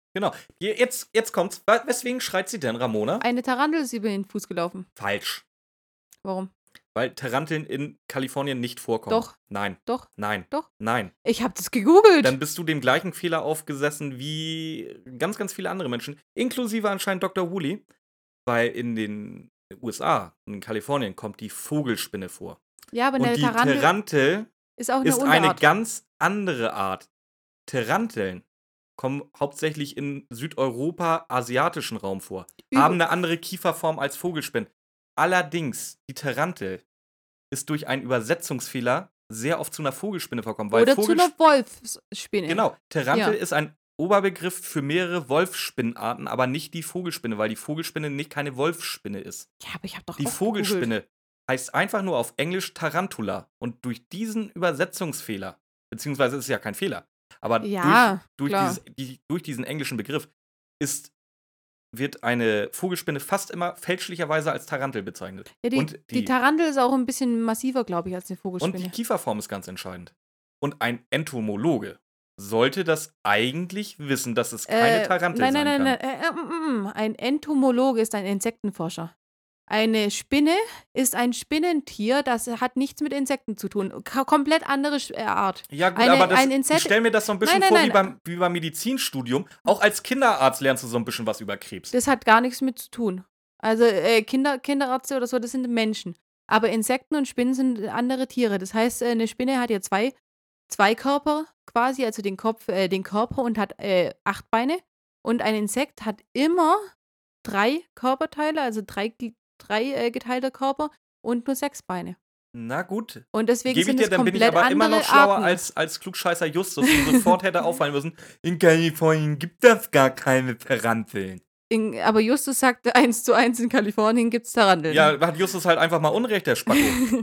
Genau. Je- Jetzt, jetzt kommt's. Wa- Weswegen schreit sie denn, Ramona? Eine Tarantel ist über den Fuß gelaufen. Falsch. Warum? Weil Taranteln in Kalifornien nicht vorkommen. Doch. Nein. Doch, Nein. doch. Nein. Ich habe das gegoogelt. Dann bist du dem gleichen Fehler aufgesessen wie ganz, ganz viele andere Menschen, inklusive anscheinend Doktor Woolley, weil in den U S A, in Kalifornien, kommt die Vogelspinne vor. ja, aber Und eine die Tarantel Tarantel ist auch eine ist eine Unterart. ganz andere Art. Taranteln kommen hauptsächlich in Südeuropa, asiatischen Raum vor, Üb- haben eine andere Kieferform als Vogelspinnen. Allerdings, die Tarantel ist durch einen Übersetzungsfehler sehr oft zu einer Vogelspinne verkommen. Weil Oder zu Vogel einer Wolfsspinne. Genau, Tarantel Ja. ist ein Oberbegriff für mehrere Wolfsspinnenarten, aber nicht die Vogelspinne, weil die Vogelspinne nicht keine Wolfsspinne ist. Ja, aber ich habe doch Die auch gegoogelt. Vogelspinne heißt einfach nur auf Englisch Tarantula. Und durch diesen Übersetzungsfehler, beziehungsweise ist es ja kein Fehler, aber Ja, durch, durch, klar. dieses, die, durch diesen englischen Begriff ist, wird eine Vogelspinne fast immer fälschlicherweise als Tarantel bezeichnet. Ja, die, und, die die, Tarantel ist auch ein bisschen massiver, glaube ich, als eine und Vogelspinne. die Kieferform ist ganz entscheidend. Und ein Entomologe sollte das eigentlich wissen, dass es keine Äh, Tarantel nein, sein nein, nein, kann. nein. Äh, äh, mm, mm. Ein Entomologe ist ein Insektenforscher. Eine Spinne ist ein Spinnentier, das hat nichts mit Insekten zu tun. K komplett andere Sch- äh, Art. Ja gut, Eine- aber das, ein ich Insekt- stelle mir das so ein bisschen Nein, nein, vor wie, nein. beim, wie beim Medizinstudium. Auch als Kinderarzt lernst du so ein bisschen was über Krebs. Das hat gar nichts mit zu tun. Also äh, Kinder, Kinderärzte oder so, das sind Menschen. Aber Insekten und Spinnen sind andere Tiere. Das heißt, äh, eine Spinne hat ja zwei, zwei Körper quasi, also den Kopf, äh, den Körper und hat äh, acht Beine. Und ein Insekt hat immer drei Körperteile, also drei, ge- drei äh, geteilte Körper und nur sechs Beine. Na gut. Und deswegen Gebe ich sind dir, es dann bin ich komplett aber immer andere noch schlauer Arten. als, als Klugscheißer Justus, der sofort hätte auffallen müssen. In Kalifornien gibt es gar keine Taranteln. In, aber Justus sagte eins zu eins, in Kalifornien gibt es Taranteln. Ja, hat Justus halt einfach mal Unrecht, der Spacko.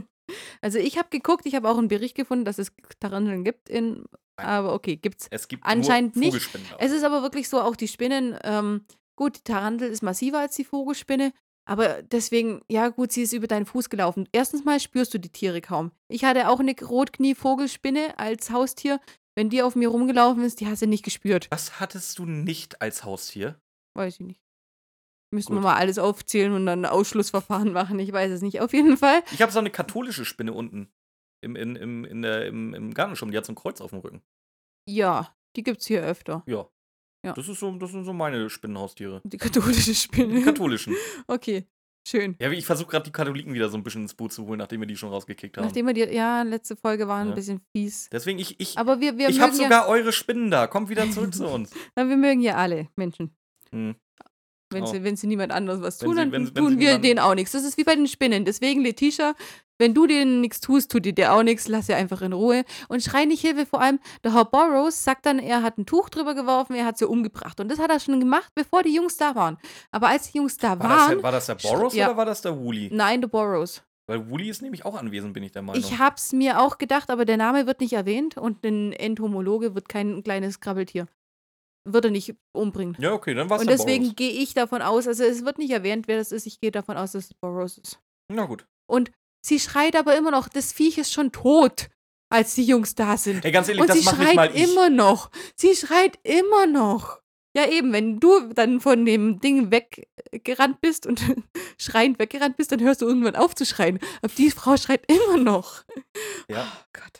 Also ich habe geguckt, ich habe auch einen Bericht gefunden, dass es Taranteln gibt in, Nein. aber okay, gibt's. Es gibt Anscheinend nur nicht. Vogelspinnen. da. Es ist aber wirklich so, auch die Spinnen, ähm, gut, die Tarantel ist massiver als die Vogelspinne, aber deswegen, ja gut, sie ist über deinen Fuß gelaufen. Erstens mal spürst du die Tiere kaum. Ich hatte auch eine Rotknie-Vogelspinne als Haustier. Wenn die auf mir rumgelaufen ist, die hast du nicht gespürt. Was hattest du nicht als Haustier? Weiß ich nicht. Müssen wir Gut. mal alles aufzählen und dann ein Ausschlussverfahren machen. Ich weiß es nicht. Auf jeden Fall. Ich habe so eine katholische Spinne unten im, in, im, in der, im, im Gartenschirm. Die hat so ein Kreuz auf dem Rücken. Ja, die gibt's hier öfter. Ja. Ja. Das, ist so, das sind so meine Spinnenhaustiere. Die katholische Spinne. Die katholischen. Okay, schön. Ja, ich versuche gerade die Katholiken wieder so ein bisschen ins Boot zu holen, nachdem wir die schon rausgekickt haben. Nachdem wir die, ja, letzte Folge war ein Ja. bisschen fies. Deswegen, ich, ich, Aber wir, wir ich habe mögen ja, sogar eure Spinnen da. Kommt wieder zurück zu uns. na, wir mögen ja alle Menschen. Hm. Wenn, Oh. sie, wenn sie niemand anderes was Wenn tun, sie- dann wenn- wenn tun sie wir niemand- denen auch nichts. Das ist wie bei den Spinnen. Deswegen, Letitia, wenn du denen nichts tust, tut die dir auch nichts. Lass sie einfach in Ruhe. Und schrei nicht Hilfe. Vor allem, der Herr Burroughs sagt dann, er hat ein Tuch drüber geworfen, er hat sie umgebracht. Und das hat er schon gemacht, bevor die Jungs da waren. Aber als die Jungs da War, waren, das, war das der Boros Ja. oder war das der Wooly? nein, der Burroughs. Weil Wooly ist nämlich auch anwesend, bin ich der Meinung. Ich hab's mir auch gedacht, aber der Name wird nicht erwähnt und ein Entomologe wird kein kleines Krabbeltier. Wird er nicht umbringen. ja, okay, dann war es Und der deswegen Boros. gehe ich davon aus, also es wird nicht erwähnt, wer das ist. Ich gehe davon aus, dass es Burroughs ist. Na gut. Und sie schreit aber immer noch, das Viech ist schon tot, als die Jungs da sind. Ey, ganz ehrlich, Und das sie macht nicht schreit mal ich. immer noch. Sie schreit immer noch. Ja, eben, wenn du dann von dem Ding weggerannt bist und schreiend weggerannt bist, dann hörst du irgendwann auf zu schreien. Aber die Frau schreit immer noch. Ja. Oh Gott.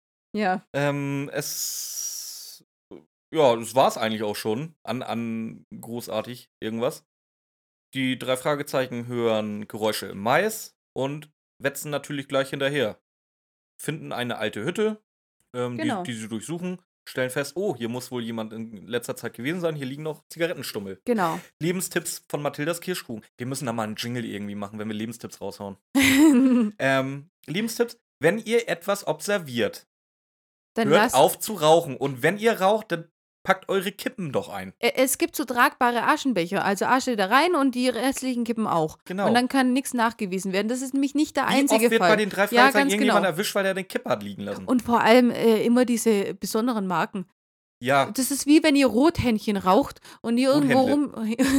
Ja. Ähm, es. Ja, das war's eigentlich auch schon. An, an großartig irgendwas. Die drei Fragezeichen hören Geräusche im Mais und wetzen natürlich gleich hinterher. Finden eine alte Hütte, ähm, Genau. die, die sie durchsuchen, stellen fest, oh, hier muss wohl jemand in letzter Zeit gewesen sein, hier liegen noch Zigarettenstummel. Genau. Lebenstipps von Mathildas Kirschkuchen. Wir müssen da mal einen Jingle irgendwie machen, wenn wir Lebenstipps raushauen. Ähm, Lebenstipps, wenn ihr etwas observiert, Dann hört lasst. auf zu rauchen. Und wenn ihr raucht, dann packt eure Kippen doch ein. Ä- Es gibt so tragbare Aschenbecher, also Asche da rein und die restlichen Kippen auch. Genau. Und dann kann nichts nachgewiesen werden. Das ist nämlich nicht der Wie einzige oft wird Fall. bei den drei Ja, Fragezeichen ganz irgendjemand genau. erwischt, weil er den Kipp hat liegen lassen? Und vor allem äh, immer diese besonderen Marken. Ja, Das ist wie wenn ihr Rothändchen raucht und die irgendwo rum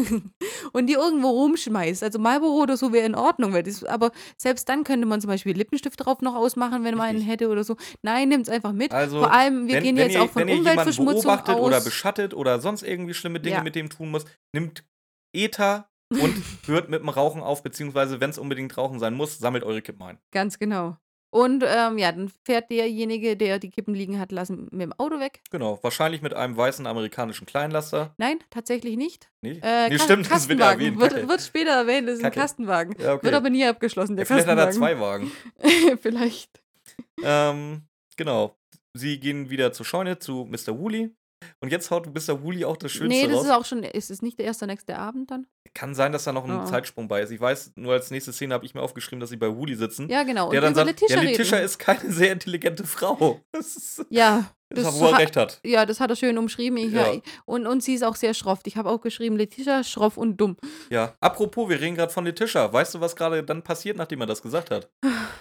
und die irgendwo rumschmeißt. Also Marlboro oder so wäre in Ordnung, weil das, aber selbst dann könnte man zum Beispiel Lippenstift drauf noch ausmachen, wenn man einen richtig. hätte oder so. Nein, nimmt's einfach mit. Vor Also, allem, wir wenn, gehen wenn, jetzt ihr, auch von wenn ihr jemanden Umweltverschmutzung beobachtet oder aus. beschattet oder sonst irgendwie schlimme Dinge Ja. mit dem tun muss, nimmt Ether und hört mit dem Rauchen auf, beziehungsweise, wenn es unbedingt Rauchen sein muss, sammelt eure Kippen ein. Ganz genau. Und ähm, ja, dann fährt derjenige, der die Kippen liegen hat lassen, mit dem Auto weg. Genau, wahrscheinlich mit einem weißen amerikanischen Kleinlaster. Nein, tatsächlich nicht. Nee, Äh, nee Ka stimmt, das wird ja Kastenwagen. erwähnt. Wird, Kacke. wird später erwähnt, das ist ein Kacke. Kastenwagen. Ja, okay. Wird aber nie abgeschlossen, der Ja, vielleicht hat er Kastenwagen. zwei Wagen. Vielleicht. Ähm, genau. Sie gehen wieder zur Scheune zu Mister Woolley. Und jetzt haut Mister Woolley auch das Schönste Nee, das raus. ist auch schon, ist es nicht der erste nächste Abend dann? Kann sein, dass da noch ein Oh. Zeitsprung bei ist. Ich weiß, nur als nächste Szene habe ich mir aufgeschrieben, dass sie bei Woolley sitzen. Ja, genau. Der und dann über sagt, Letitia ja, Letitia reden. ist keine sehr intelligente Frau. Das ist, Ja, das das ist, wo er ha- recht hat. ja, das hat er schön umschrieben. Ich, Ja. und, und sie ist auch sehr schroff. Ich habe auch geschrieben, Letitia, schroff und dumm. Ja. Apropos, wir reden gerade von Letitia. Weißt du, was gerade dann passiert, nachdem er das gesagt hat?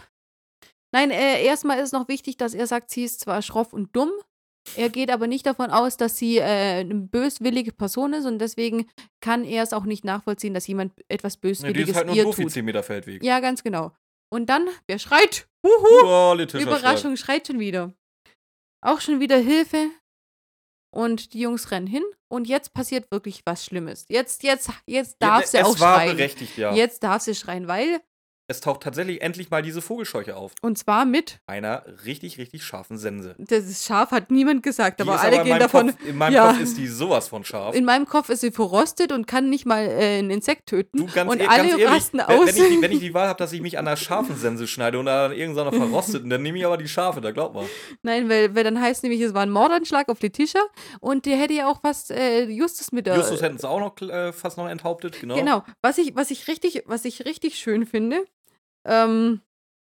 Nein, äh, erstmal ist noch wichtig, dass er sagt, sie ist zwar schroff und dumm, er geht aber nicht davon aus, dass sie äh, eine böswillige Person ist und deswegen kann er es auch nicht nachvollziehen, dass jemand etwas Ja, die Böswilliges ist halt nur ihr doof wie tut. zehn Meter Feldweg. Ja, ganz genau. Und dann, wer schreit? Huhu! Oh, Letitia Überraschung, schreit schon wieder. Auch schon wieder Hilfe. Und die Jungs rennen hin und jetzt passiert wirklich was Schlimmes. Jetzt, jetzt, jetzt Ja, darf sie es auch war schreien. berechtigt, ja. Jetzt darf sie schreien, weil, Es taucht tatsächlich endlich mal diese Vogelscheuche auf. und zwar mit, Einer richtig, richtig scharfen Sense. das ist scharf, hat niemand gesagt, Die aber ist alle aber in gehen meinem davon. Kopf, in meinem ja. Kopf ist die sowas von scharf. In meinem Kopf ist sie verrostet und kann nicht mal äh, ein Insekt töten. Du, ganz, und e- alle ganz ehrlich, rasten wenn, aus. wenn, ich die, wenn ich die Wahl habe, dass ich mich an einer scharfen Sense schneide und an irgendeiner verrosteten, dann nehme ich aber die scharfe, da glaub mal. Nein, weil, weil dann heißt nämlich, es war ein Mordanschlag auf Letitia und der hätte ja auch fast äh, Justus mit der. Justus hätten es auch noch äh, fast noch enthauptet, genau. Genau. Was ich, was ich richtig, was ich richtig schön finde, ähm,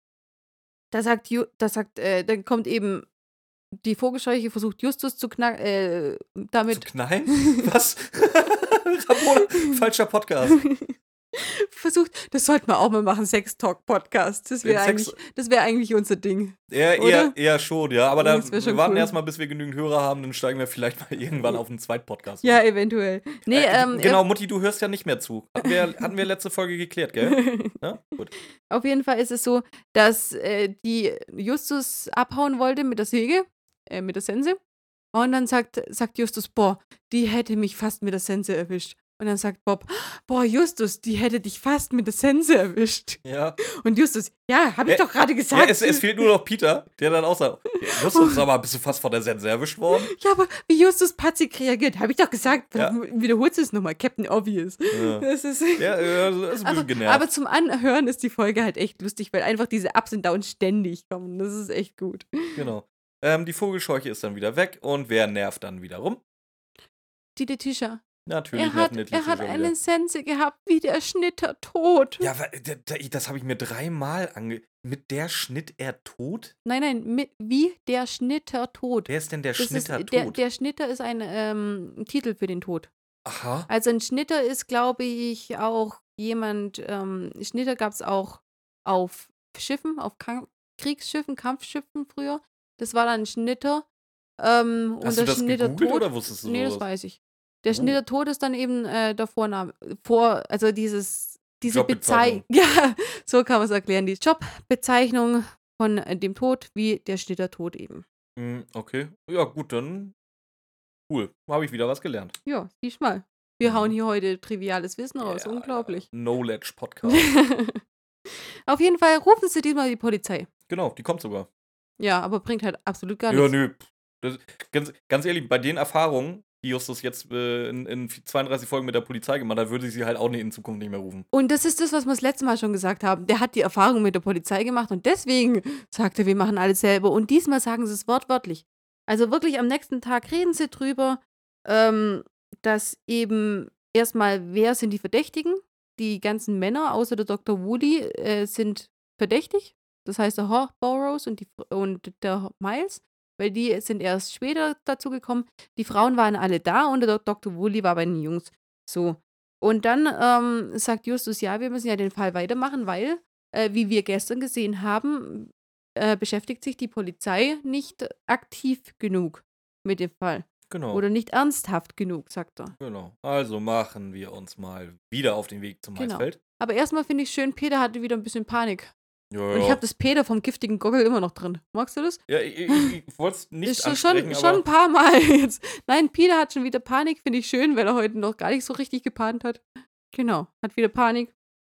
da sagt, Ju, da sagt, äh, dann kommt eben die Vogelscheuche, versucht Justus zu knacken, äh, Zu damit. knallen? Was? Ramona, falscher Podcast. versucht, das sollten wir auch mal machen, Sex-Talk-Podcast. Das wäre Den Sex- eigentlich, das wär eigentlich unser Ding. Eher, Oder? eher, eher schon, ja. Aber Oh, dann, das wär wir schon warten cool. erstmal, bis wir genügend Hörer haben, dann steigen wir vielleicht mal irgendwann auf einen Zweitpodcast. Ja, eventuell. Nee, äh, ähm, genau, Mutti, du hörst ja nicht mehr zu. Hatten wir, hatten wir letzte Folge geklärt, gell? Ja? Gut. Auf jeden Fall ist es so, dass äh, die Justus abhauen wollte mit der Säge, äh, mit der Sense. Und dann sagt, sagt Justus, boah, die hätte mich fast mit der Sense erwischt. Und dann sagt Bob, boah, Justus, die hätte dich fast mit der Sense erwischt. Ja. Und Justus, ja, hab ich Äh, doch gerade Ja, gesagt. es, es fehlt nur noch Peter, der dann auch sagt, ja, Justus, sag mal, bist du fast von der Sense erwischt worden? Ja, aber wie Justus patzig reagiert, habe ich doch gesagt. Ja. Wiederholst du es nochmal, Captain Obvious. Ja. Das ist, Ja, äh, das ist ein bisschen aber, genervt. aber zum Anhören ist die Folge halt echt lustig, weil einfach diese Ups und Downs ständig kommen. Das ist echt gut. Genau. Ähm, die Vogelscheuche ist dann wieder weg und wer nervt dann wieder rum? Die Letitia. Natürlich Er hat, nerven er hat schon eine wieder. Sense gehabt, wie der Schnitter tot. Ja, wa- da- da- das habe ich mir dreimal ange... Mit der Schnitt er tot? Nein, nein, mit, wie der Schnitter tot. Wer ist denn der Das Schnitter ist, der, tot? der Schnitter ist ein ähm, Titel für den Tod. Aha. Also ein Schnitter ist, glaube ich, auch jemand, ähm, Schnitter gab es auch auf Schiffen, auf Kam Kriegsschiffen, Kampfschiffen früher. Das war dann ein Schnitter. Ähm, und Hast der du das Schnitter gegoogelt tot. oder wusstest du Nee, das sowas? weiß ich. Der Oh. Schnitter tot ist dann eben äh, der Vorname. Vor, also dieses, diese Jobbezeichnung. Bezeichnung. Ja, so kann man es erklären. Die Jobbezeichnung von äh, dem Tod, wie der Schnitter tot eben. Hm, okay. Ja, gut, dann. Cool. Habe ich wieder was gelernt. Ja, siehst mal. Wir Mhm. hauen hier heute triviales Wissen raus. Ja, Unglaublich. Ja. Knowledge Podcast. Auf jeden Fall rufen sie diesmal die Polizei. Genau, die kommt sogar. Ja, aber bringt halt absolut gar Ja, nichts. nö. Das, ganz, ganz ehrlich, bei den Erfahrungen, die Justus jetzt äh, in, in zweiunddreißig Folgen mit der Polizei gemacht hat, würde ich sie halt auch nicht in Zukunft nicht mehr rufen. Und das ist das, was wir das letzte Mal schon gesagt haben. Der hat die Erfahrung mit der Polizei gemacht und deswegen sagt er, wir machen alles selber. Und diesmal sagen sie es wortwörtlich. Also wirklich am nächsten Tag reden sie drüber, ähm, dass eben erstmal, wer sind die Verdächtigen? Die ganzen Männer, außer der Doktor Woolley, äh, sind verdächtig. Das heißt, der Horrocks und, die, und der Miles, weil die sind erst später dazu gekommen. Die Frauen waren alle da und der Doktor Woolley war bei den Jungs. So. Und dann ähm, sagt Justus, ja, wir müssen ja den Fall weitermachen, weil, äh, wie wir gestern gesehen haben, äh, beschäftigt sich die Polizei nicht aktiv genug mit dem Fall. Genau. Oder nicht ernsthaft genug, sagt er. Genau. Also machen wir uns mal wieder auf den Weg zum Genau. Maisfeld. Aber erstmal finde ich schön, Peter hatte wieder ein bisschen Panik. Ja, Und ich ja. habe das Peter vom giftigen Gockel immer noch drin. Magst du das? Ja, ich, ich, ich wollte es nicht Ist schon, ansprechen, schon ein aber paar Mal jetzt. Nein, Peter hat schon wieder Panik, finde ich schön, weil er heute noch gar nicht so richtig gepannt hat. Genau, hat wieder Panik.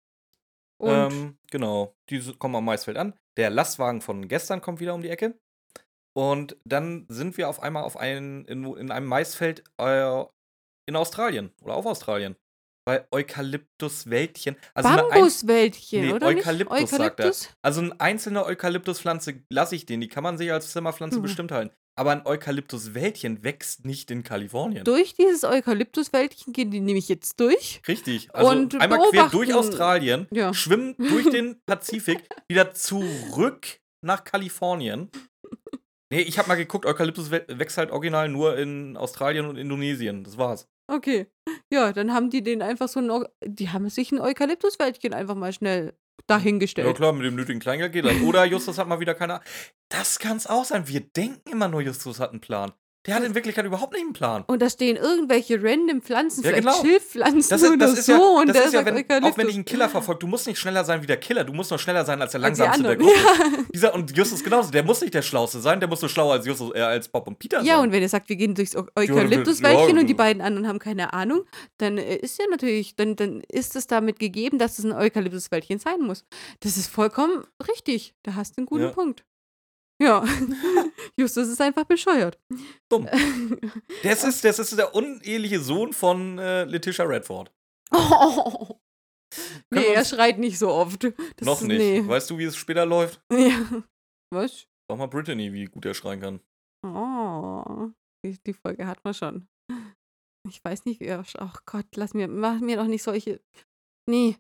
Und ähm, genau, die s- kommen am Maisfeld an. Der Lastwagen von gestern kommt wieder um die Ecke. Und dann sind wir auf einmal auf ein, in, in einem Maisfeld äh, in Australien oder auf Australien. Bei Eukalyptuswäldchen. Also eine ein Bambuswäldchen, nee, oder nicht? Eukalyptus, sagt er. Eukalyptus? Also eine einzelne Eukalyptuspflanze lasse ich den, die kann man sich als Zimmerpflanze Mhm. bestimmt halten. Aber ein Eukalyptuswäldchen wächst nicht in Kalifornien. Durch dieses Eukalyptuswäldchen gehen die nämlich jetzt durch. Richtig. Also Und einmal quer durch beobachten- Australien, Ja. schwimmen durch den Pazifik, wieder zurück nach Kalifornien. Nee, ich habe mal geguckt, Eukalyptus wä- wächst halt original nur in Australien und Indonesien. Das war's. Okay. Ja, dann haben die den einfach so ein. Eu- Die haben sich ein Eukalyptuswäldchen einfach mal schnell dahingestellt. Ja klar, mit dem nötigen Kleingeld geht das. Oder Justus hat mal wieder keine Ahnung. Das kann's auch sein. Wir denken immer nur, Justus hat einen Plan. Der hat in Wirklichkeit überhaupt nicht einen Plan. Und da stehen irgendwelche random Pflanzen, Ja, vielleicht genau. Schilfpflanzen Das ist, oder das ist so. ja, und das der ist ja sagt wenn, Eukalyptus. auch wenn dich ein Killer verfolgt, du musst nicht schneller sein wie der Killer, du musst nur schneller sein als der Als die langsamste der anderen. Gruppe. Ja. Dieser, und Justus genauso, der muss nicht der Schlauste sein, der muss so schlauer als Justus, äh, als Bob und Peter Ja, sein. und wenn er sagt, wir gehen durchs Eu- ja, Eukalyptuswäldchen ja. und die beiden anderen haben keine Ahnung, dann äh, ist ja natürlich, dann, dann ist es damit gegeben, dass es ein Eukalyptuswäldchen sein muss. Das ist vollkommen richtig. Da hast du einen guten Ja. Punkt. Ja. Justus ist einfach bescheuert. Dumm. Das ist, das ist der uneheliche Sohn von äh, Letitia Redford. Oh. Können Nee, wir er uns- schreit nicht so oft. Das Noch ist, nicht. Nee. Weißt du, wie es später läuft? Ja. Was? Sag mal Brittany, wie gut er schreien kann. Oh. Die, die Folge hat man schon. Ich weiß nicht, wie er. sch- Ach Gott, lass mir, mach mir doch nicht solche. Nee.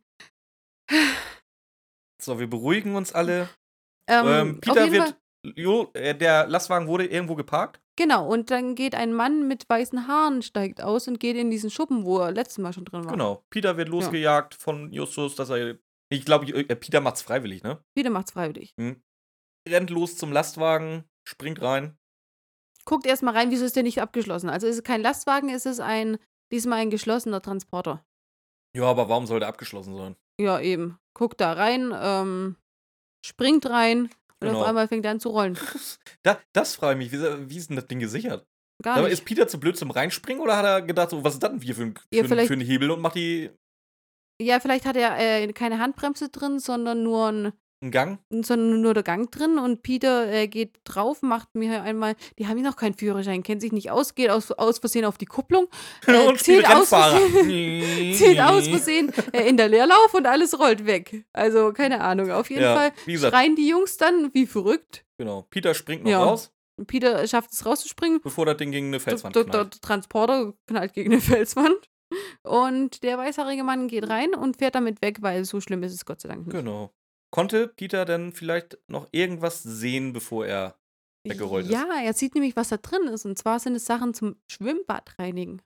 So, wir beruhigen uns alle. Ähm, Ähm, auf Peter jeden Fall, wird. Jo, äh, der Lastwagen wurde irgendwo geparkt. genau, und dann geht ein Mann mit weißen Haaren, steigt aus und geht in diesen Schuppen, wo er letztes Mal schon drin war. Genau. Peter wird losgejagt von Justus, dass er. Ich glaube, äh, Peter macht's freiwillig, ne? Peter macht's freiwillig. Hm. Rennt los zum Lastwagen, springt rein. Guckt erstmal rein, wieso ist der nicht abgeschlossen? Also ist es kein Lastwagen, ist es ein, diesmal ein geschlossener Transporter. Ja, aber warum soll der abgeschlossen sein? Ja, eben. Guckt da rein, ähm, springt rein und Genau. auf einmal fängt er an zu rollen. Da, das frage ich mich, wie, wie ist denn das Ding gesichert? Gar Aber nicht. ist Peter zu blöd zum Reinspringen oder hat er gedacht, so, was ist das denn hier für ein, Ja, für, ein, vielleicht- für ein Hebel und macht die Ja, vielleicht hat er äh, keine Handbremse drin, sondern nur ein einen Gang? sondern nur der Gang drin und Peter äh, geht drauf, macht mir einmal, die haben ja noch keinen Führerschein, kennt sich nicht aus, geht aus, aus Versehen auf die Kupplung, äh, und spielt zieht aus Rennfahrer. Versehen, zieht aus Versehen äh, in der Leerlauf und alles rollt weg. Also keine Ahnung, auf jeden Ja, Fall wie gesagt. schreien die Jungs dann wie verrückt. Genau. Peter springt noch Ja. raus, Und Peter schafft es rauszuspringen, bevor das Ding gegen eine der, Felswand der, der knallt. Transporter knallt gegen eine Felswand und der weißhaarige Mann geht rein und fährt damit weg, weil so schlimm ist es Gott sei Dank nicht. Genau. Konnte Peter denn vielleicht noch irgendwas sehen, bevor er weggerollt ist? Ja, er sieht nämlich, was da drin ist. Und zwar sind es Sachen zum Schwimmbad reinigen.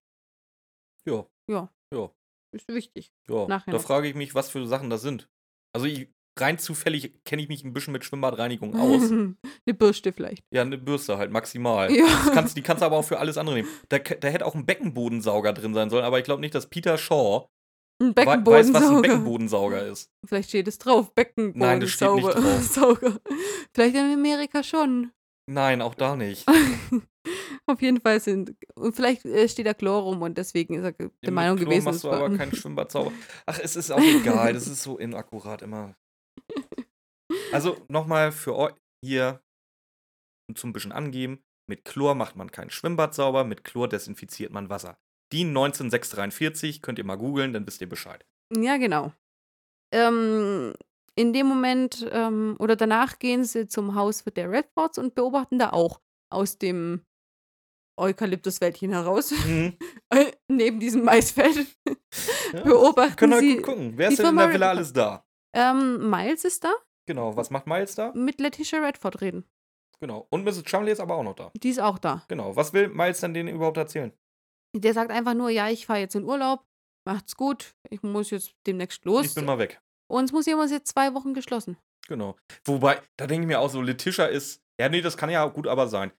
Ja. Ja. Ja. Ist wichtig. Ja. Nachher Da noch. frage ich mich, was für Sachen das sind. Also ich, rein zufällig kenne ich mich ein bisschen mit Schwimmbadreinigung aus. Eine Bürste vielleicht. Ja, eine Bürste halt, maximal. Ja. Das kannst, die kannst du aber auch für alles andere nehmen. Da, da hätte auch ein Beckenbodensauger drin sein sollen, aber ich glaube nicht, dass Peter Shaw Ein wei- weiß, was ein Beckenbodensauger. Beckenbodensauger ist. Vielleicht steht es drauf. Beckenbodensauger. Nein, das steht nicht drauf. Sauger. Vielleicht in Amerika schon. Nein, auch da nicht. Auf jeden Fall sind. Und vielleicht äh, steht da Chlor rum und deswegen ist er ge- der Mit Meinung Chlor gewesen, machst es du war- aber keinen Schwimmbadzauber. Ach, es ist auch egal. Das ist so inakkurat immer. Also nochmal für euch hier zum bisschen angeben. Mit Chlor macht man kein Schwimmbad sauber, mit Chlor desinfiziert man Wasser. D I N neunzehn sechshundertdreiundvierzig könnt ihr mal googeln, dann wisst ihr Bescheid. Ja, genau. Ähm, in dem Moment ähm, oder danach gehen sie zum Haus der Redfords und beobachten da auch aus dem Eukalyptuswäldchen heraus, Mhm. äh, neben diesem Maisfeld, Ja. beobachten Können wir sie. gut gucken. Wer die ist denn in der Firma Villa Red- alles da? Ähm, Miles ist da, Genau, was macht Miles da? mit Letitia Redford reden. Genau. Und Missus Chumley ist aber auch noch da. Die ist auch da. Genau. Was will Miles dann denen überhaupt erzählen? Der sagt einfach nur, ja, ich fahre jetzt in Urlaub, macht's gut, ich muss jetzt demnächst los. Ich bin mal weg. Uns Museum ist jetzt zwei Wochen geschlossen. Genau. Wobei, da denke ich mir auch so, Letitia ist. Ja, nee, das kann ja gut aber sein.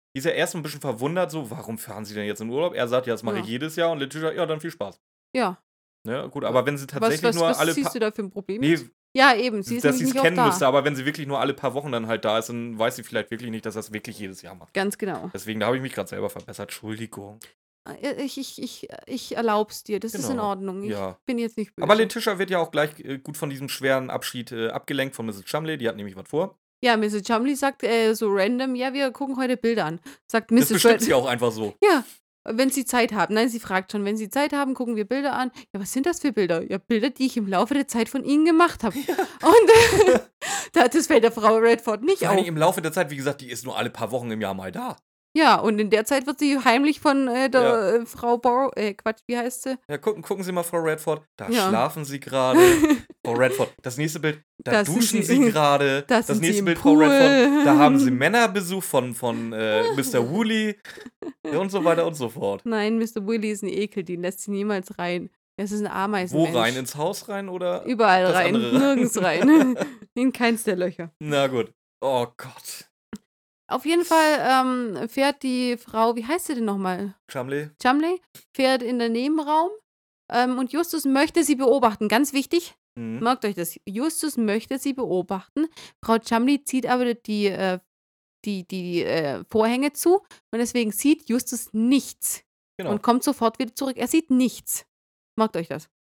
Die ist ja erst ein bisschen verwundert, so, warum fahren sie denn jetzt in Urlaub? Er sagt, ja, das mache Ja. ich jedes Jahr. Und Letitia, ja, dann viel Spaß. Ja. Ne, gut, aber wenn sie Was, tatsächlich was, nur was alle siehst paar. du da für ein Problem Nee, jetzt? Ja, eben, sie ist dass nämlich sie es nicht oft kennen da. müsste, aber wenn sie wirklich nur alle paar Wochen dann halt da ist, dann weiß sie vielleicht wirklich nicht, dass er es wirklich jedes Jahr macht. Ganz genau. Deswegen, da habe ich mich gerade selber verbessert. Entschuldigung. Äh, Ich, ich, ich, ich erlaub's dir, das ist in Genau. Ordnung. Ich Ja. bin jetzt nicht böse. Aber Letitia wird ja auch gleich äh, gut von diesem schweren Abschied äh, abgelenkt von Misses Chumley. Die hat nämlich was vor. Ja, Misses Chumley sagt äh, so random, ja, wir gucken heute Bilder an. Sagt Das Misses bestimmt Red- sie auch einfach so. Ja, wenn sie Zeit haben. Nein, sie fragt schon, wenn sie Zeit haben, gucken wir Bilder an. Ja, was sind das für Bilder? Ja, Bilder, die ich im Laufe der Zeit von ihnen gemacht habe. Und äh, das fällt der Frau Redford nicht Vor allem auf. im Laufe der Zeit, wie gesagt, die ist nur alle paar Wochen im Jahr mal da. Ja, und in der Zeit wird sie heimlich von äh, der Ja. äh, Frau Borrow, äh, Quatsch, wie heißt sie? Ja, gucken, gucken Sie mal, Frau Redford. Da Ja. schlafen Sie gerade. Frau Redford. Das nächste Bild, da Da sind duschen sie- Sie gerade. das Das sind sie nächste im Bild, Frau Pool. Redford, da haben Sie Männerbesuch von, von äh, Mister Woolley und so weiter und so fort. Nein, Mister Willy ist ein Ekel, den lässt sie niemals rein. Es ist ein Wo Ameisenmensch. rein? Ins Haus rein oder? Überall das rein, andere rein? nirgends rein. In keins der Löcher. Na gut. Oh Gott. Auf jeden Fall ähm, fährt die Frau, wie heißt sie denn nochmal? Chumley? Chumley, fährt in den Nebenraum ähm, und Justus möchte sie beobachten. Ganz wichtig, Mhm. merkt euch das. Justus möchte sie beobachten. Frau Chumley zieht aber die, äh, die, die äh, Vorhänge zu und deswegen sieht Justus nichts Genau. und kommt sofort wieder zurück. Er sieht nichts. Merkt euch das.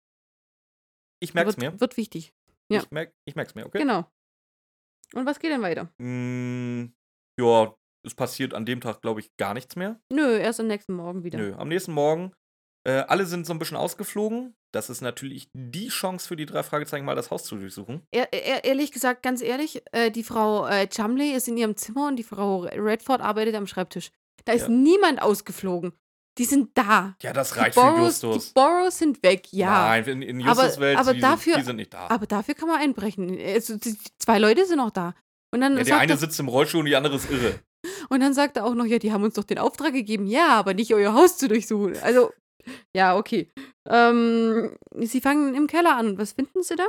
Ich merk's wird, mir. Wird wichtig. ja. Ich, merk, ich merk's mir, okay? Genau. Und was geht denn weiter? Mm, ja, es passiert an dem Tag, glaube ich, gar nichts mehr. Nö, erst am nächsten Morgen wieder. Nö, am nächsten Morgen, äh, alle sind so ein bisschen ausgeflogen. Das ist natürlich die Chance für die drei Fragezeichen, mal das Haus zu durchsuchen. Er, er, ehrlich gesagt, ganz ehrlich, äh, die Frau äh, Chumley ist in ihrem Zimmer und die Frau Redford arbeitet am Schreibtisch. Da ist Ja. niemand ausgeflogen. Die sind da. Ja, das Die reicht für Borrows, Justus. die Borrows sind weg, ja. Nein, in, in Aber- Justus Welt, aber die, dafür- sind, die sind nicht da. Aber dafür kann man einbrechen. Also, die, die zwei Leute sind noch da. Und dann, Ja, der sagt eine er, sitzt im Rollstuhl und die andere ist irre. und dann sagt er auch noch, ja, die haben uns doch den Auftrag gegeben, ja, aber nicht euer Haus zu durchsuchen. Also, ja, okay. Ähm, sie fangen im Keller an. Was finden sie da?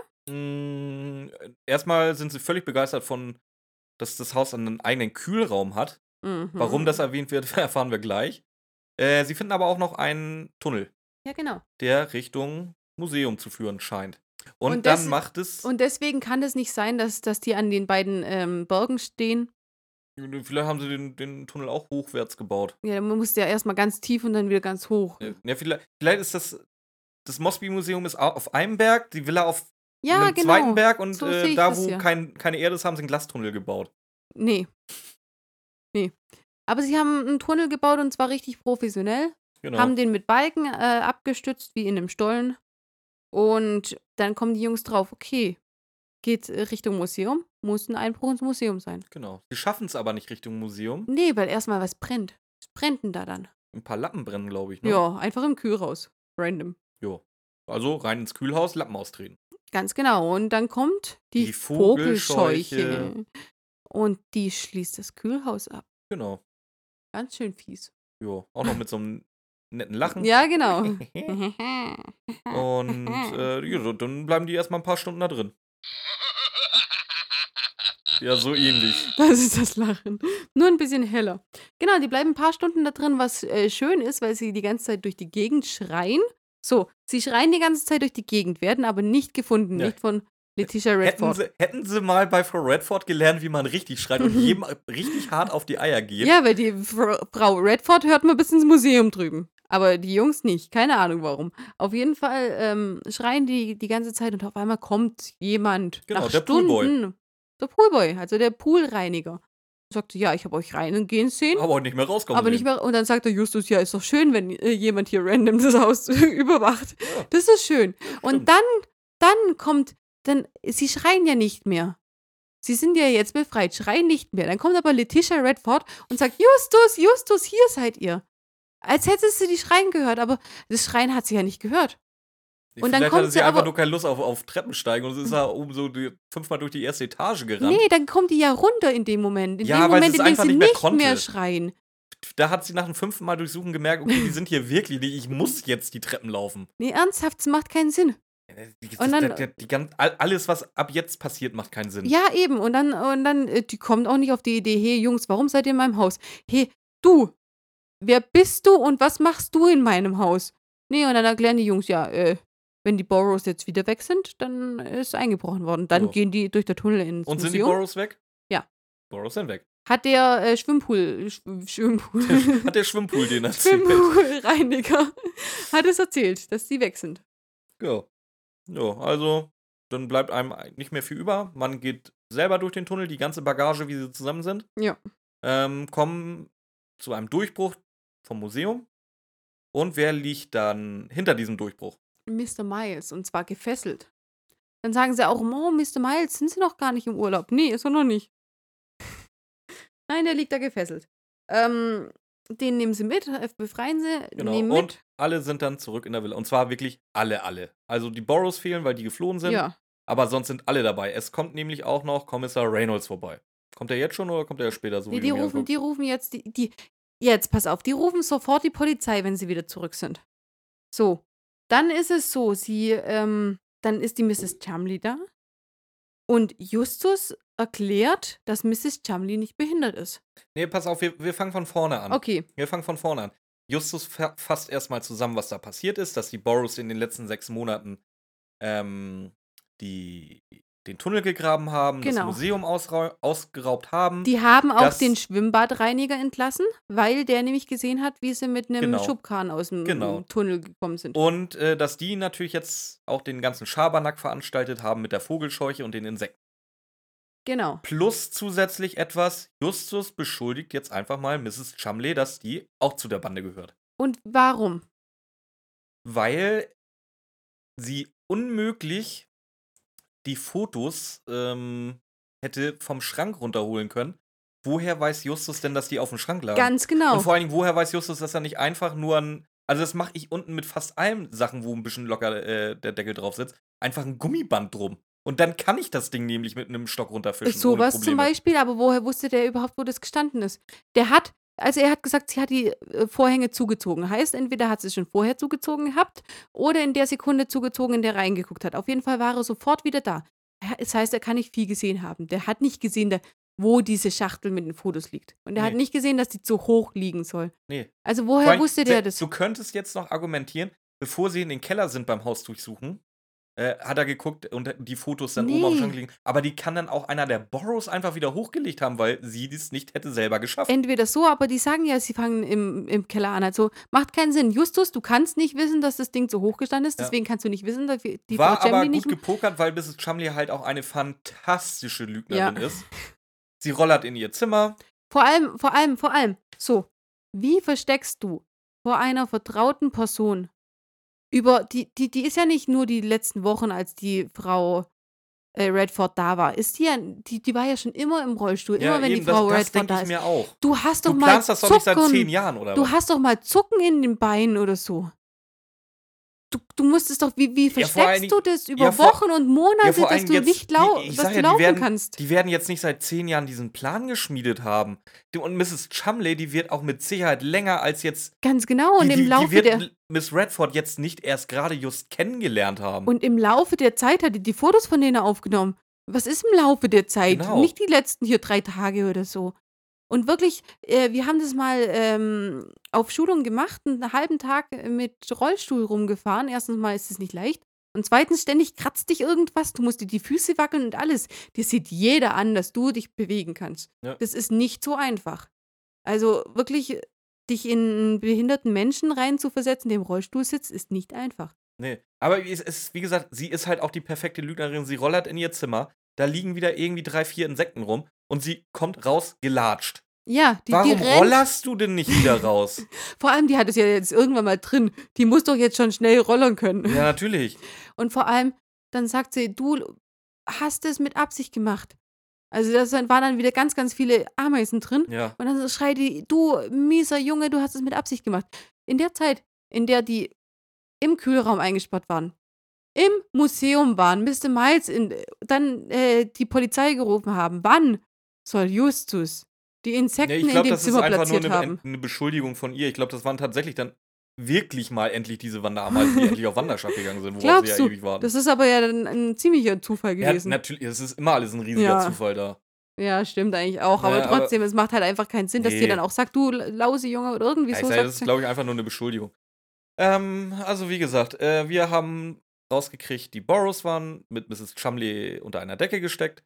Mm, erstmal sind sie völlig begeistert von, dass das Haus einen eigenen Kühlraum hat. Mhm. Warum das erwähnt wird, erfahren wir gleich. Äh, sie finden aber auch noch einen Tunnel, Ja, genau. der Richtung Museum zu führen scheint. Und, Und dann das- macht es. Und deswegen kann es nicht sein, dass, dass die an den beiden ähm, Bergen stehen. Vielleicht haben sie den, den Tunnel auch hochwärts gebaut. Ja, man muss ja erstmal ganz tief und dann wieder ganz hoch. Äh, Ja, vielleicht, vielleicht ist das. Das Mosby-Museum ist au- auf einem Berg, die Villa auf Ja, einem genau. zweiten Berg und So sehe äh, ich da, das wo hier. kein, keine Erde ist, haben sie einen Glastunnel gebaut. Nee. Nee. Aber sie haben einen Tunnel gebaut und zwar richtig professionell. Genau. Haben den mit Balken äh, abgestützt, wie in einem Stollen. Und dann kommen die Jungs drauf, okay, geht äh, Richtung Museum, muss ein Einbruch ins Museum sein. genau. Sie schaffen es aber nicht Richtung Museum. Nee, weil erstmal was brennt. Was brennt denn da dann? Ein paar Lappen brennen, glaube ich. Ne? Ja, einfach im Kühlhaus. Random. Jo. Also rein ins Kühlhaus, Lappen austreten. Ganz genau. Und dann kommt die, Die Vogelscheuche. Vogelscheuche. Und die schließt das Kühlhaus ab. Genau. Ganz schön fies. Jo. Auch noch mit so einem netten Lachen. Ja, genau. Und äh, ja, so, dann bleiben die erstmal ein paar Stunden da drin. Ja, so ähnlich. Das ist das Lachen. Nur ein bisschen heller. Genau, die bleiben ein paar Stunden da drin, was äh, schön ist, weil sie die ganze Zeit durch die Gegend schreien. So, sie schreien die ganze Zeit durch die Gegend, werden aber nicht gefunden. Ja. Nicht von Letitia Hätten Redford. sie, hätten sie mal bei Frau Redford gelernt, wie man richtig schreit und jedem richtig hart auf die Eier geht. Ja, weil die Fr Frau Redford hört man bis ins Museum drüben. Aber die Jungs nicht. Keine Ahnung warum. Auf jeden Fall ähm, schreien die die ganze Zeit und auf einmal kommt jemand. Genau, nach der Stunden. Poolboy. Der Poolboy, also der Poolreiniger. Sagt, ja, ich habe euch reingehen sehen. Aber auch nicht mehr rauskommen. Aber nicht sehen. mehr. Und dann sagt der Justus, ja, ist doch schön, wenn äh, jemand hier random das Haus überwacht. Ja. Das ist schön. Und stimmt. dann, dann kommt, dann, sie schreien ja nicht mehr. Sie sind ja jetzt befreit, schreien nicht mehr. Dann kommt aber Letitia Redford und sagt, Justus, Justus, hier seid ihr. Als hättest du die Schreien gehört, aber das Schreien hat sie ja nicht gehört. Und dann Vielleicht kommt hatte sie sie einfach aber- nur keine Lust auf, auf Treppensteigen und ist da oben so die, fünfmal durch die erste Etage gerannt. Nee, dann kommt die ja runter in dem Moment. In Ja, dem weil Moment, sie es in dem einfach sie nicht mehr nicht konnte. mehr schreien. Da hat sie nach dem fünften Mal durchsuchen gemerkt, okay, die sind hier wirklich nicht, ich muss jetzt die Treppen laufen. Nee, ernsthaft, es macht keinen Sinn. Die, Und dann- die, die, ganz, all- alles, was ab jetzt passiert, macht keinen Sinn. Ja, eben. Und dann, und dann, äh, die kommt auch nicht auf die Idee, hey Jungs, warum seid ihr in meinem Haus? Hey, du, wer bist du und was machst du in meinem Haus? Nee, und dann erklären die Jungs, ja, äh, wenn die Burrows jetzt wieder weg sind, dann ist eingebrochen worden. Dann Ja. gehen die durch den Tunnel ins Und sind die Museum. Burrows weg? Ja. Burrows sind weg. Hat der äh, Schwimmpool, Schw- Schwimmpool, Hat der Schwimmpool den erzählt. Schwimmpoolreiniger hat es erzählt, dass die weg sind. Ja. Ja, also, dann bleibt einem nicht mehr viel über. Man geht selber durch den Tunnel, die ganze Bagage, wie sie zusammen sind. Ja. Ähm, kommen zu einem Durchbruch vom Museum. Und wer liegt dann hinter diesem Durchbruch? Mister Miles, und zwar gefesselt. Dann sagen sie auch, oh, Mister Miles, sind sie noch gar nicht im Urlaub? Nee, ist er noch nicht. Nein, der liegt da gefesselt. Ähm, den nehmen sie mit, äh, befreien sie, Genau. nehmen Und mit. alle sind dann zurück in der Villa. Und zwar wirklich alle, alle. Also die Burrows fehlen, weil die geflohen sind. Ja, Aber sonst sind alle dabei. Es kommt nämlich auch noch Kommissar Reynolds vorbei. Kommt er jetzt schon oder kommt er später so? die, wie die, du mir rufen, anguckst? die rufen jetzt, die, die, jetzt, pass auf, die rufen sofort die Polizei, wenn sie wieder zurück sind. So, dann ist es so, sie, ähm, dann ist die Misses Chumley da und Justus erklärt, dass Misses Chumley nicht behindert ist. Nee, pass auf, wir, wir fangen von vorne an. Okay, Wir fangen von vorne an. Justus fa- fasst erstmal zusammen, was da passiert ist, dass die Burrows in den letzten sechs Monaten ähm, die, den Tunnel gegraben haben, das Genau. Museum ausrau- ausgeraubt haben. die haben auch Das- den Schwimmbadreiniger entlassen, weil der nämlich gesehen hat, wie sie mit einem Genau. Schubkran aus dem Genau. Tunnel gekommen sind. Und äh, dass die natürlich jetzt auch den ganzen Schabernack veranstaltet haben mit der Vogelscheuche und den Insekten. Genau. Plus zusätzlich etwas, Justus beschuldigt jetzt einfach mal Misses Chumley, dass die auch zu der Bande gehört. Und warum? Weil sie unmöglich die Fotos ähm, hätte vom Schrank runterholen können. Woher weiß Justus denn, dass die auf dem Schrank lagen? Ganz genau. Und vor allen Dingen, woher weiß Justus, dass er nicht einfach nur ein. Also, das mache ich unten mit fast allen Sachen, wo ein bisschen locker äh, der Deckel drauf sitzt. Einfach ein Gummiband drum. Und dann kann ich das Ding nämlich mit einem Stock runterfischen. ohne Sowas zum Probleme. Beispiel, aber woher wusste der überhaupt, wo das gestanden ist? Der hat, also er hat gesagt, sie hat die äh, Vorhänge zugezogen. Heißt, entweder hat sie es schon vorher zugezogen gehabt oder in der Sekunde zugezogen, in der er reingeguckt hat. Auf jeden Fall war er sofort wieder da. Er- Das heißt, er kann nicht viel gesehen haben. Der hat nicht gesehen, der, wo diese Schachtel mit den Fotos liegt. Und er hat Nee. nicht gesehen, dass die zu hoch liegen soll. Nee. Also Vor woher allem, wusste der se- das? Du könntest jetzt noch argumentieren, bevor sie in den Keller sind beim Haus durchsuchen, äh, hat er geguckt und die Fotos dann oben auf dem Nee. Schrank liegen. Aber die kann dann auch einer der Burrows einfach wieder hochgelegt haben, weil sie das nicht hätte selber geschafft. Entweder so, aber die sagen ja, sie fangen im, im Keller an. Also macht keinen Sinn. Justus, du kannst nicht wissen, dass das Ding zu hoch gestanden ist. Ja. Deswegen kannst du nicht wissen, dass wir- die War Frau aber Chumley gut nicht. gepokert, weil Misses Chumley halt auch eine fantastische Lügnerin Ja. ist. Sie rollert in ihr Zimmer. Vor allem, vor allem, vor allem. So, wie versteckst du vor einer vertrauten Person über die, die, die ist ja nicht nur die letzten Wochen, als die Frau äh, Redford da war. Ist die ja, die, die war ja schon immer im Rollstuhl, immer Ja, wenn eben, die Frau das, das Redford denke da ich ist. mir auch. Du hast doch Du mal planst das doch nicht seit Zucken. zehn Jahren, oder Du was? hast doch mal Zucken in den Beinen oder so. Du, du musstest doch, wie, wie Ja, vor allen versteckst Dingen- du das über ja, vor- Wochen und Monate, Ja, vor dass allem du jetzt, nicht lau die, ich dass sag du ja, die laufen werden, kannst? die werden jetzt nicht seit zehn Jahren diesen Plan geschmiedet haben. Die- Und Misses Chumley, die wird auch mit Sicherheit länger als jetzt. Ganz genau. Und die, im die, die Laufe wird der Miss Redford jetzt nicht erst gerade just kennengelernt haben. Und im Laufe der Zeit hat die die Fotos von denen aufgenommen. Was ist im Laufe der Zeit? Genau. Nicht die letzten hier drei Tage oder so. Und wirklich, äh, wir haben das mal ähm, auf Schulung gemacht, einen halben Tag mit Rollstuhl rumgefahren. Erstens mal ist es nicht leicht. Und zweitens, ständig kratzt dich irgendwas. Du musst dir die Füße wackeln und alles. Dir sieht jeder an, dass du dich bewegen kannst. Ja. Das ist nicht so einfach. Also wirklich, dich in einen behinderten Menschen reinzuversetzen, der im Rollstuhl sitzt, ist nicht einfach. Nee. Aber es ist, wie gesagt, sie ist halt auch die perfekte Lügnerin. Sie rollert in ihr Zimmer. Da liegen wieder irgendwie drei, vier Insekten rum. Und sie kommt raus gelatscht. Ja, die, Warum die rennt. rollerst du denn nicht wieder raus? Vor allem, die hat es ja jetzt irgendwann mal drin. Die muss doch jetzt schon schnell rollern können. Ja, natürlich. Und vor allem, dann sagt sie, du hast es mit Absicht gemacht. Also da waren dann wieder ganz, ganz viele Ameisen drin. Ja. Und dann schreit die, du mieser Junge, du hast es mit Absicht gemacht. In der Zeit, in der die im Kühlraum eingesperrt waren, im Museum waren, Mister Miles in, dann äh, die Polizei gerufen haben, wann soll Justus die Insekten Ja, ich in glaube, dem das ist Zimmer einfach nur platziert eine, haben? eine Beschuldigung von ihr. Ich glaube, das waren tatsächlich dann wirklich mal endlich diese Wanderameisen, die endlich auf Wanderschaft gegangen sind, worauf sie Glaubst ja du? ewig warten. Das ist aber ja dann ein ziemlicher Zufall Ja, gewesen. natürlich, es ist immer alles ein riesiger Ja. Zufall da. Ja, stimmt eigentlich auch, aber Ne, aber trotzdem, es macht halt einfach keinen Sinn, dass die dann ne. auch sagt: „Du L Lausejunge" oder irgendwie Ja, ich so sage, sagt das ist, sie. glaube ich, einfach nur 'ne Beschuldigung. Ähm, also, wie gesagt, äh, wir haben rausgekriegt, die Burrows waren mit Misses Chumley unter einer Decke gesteckt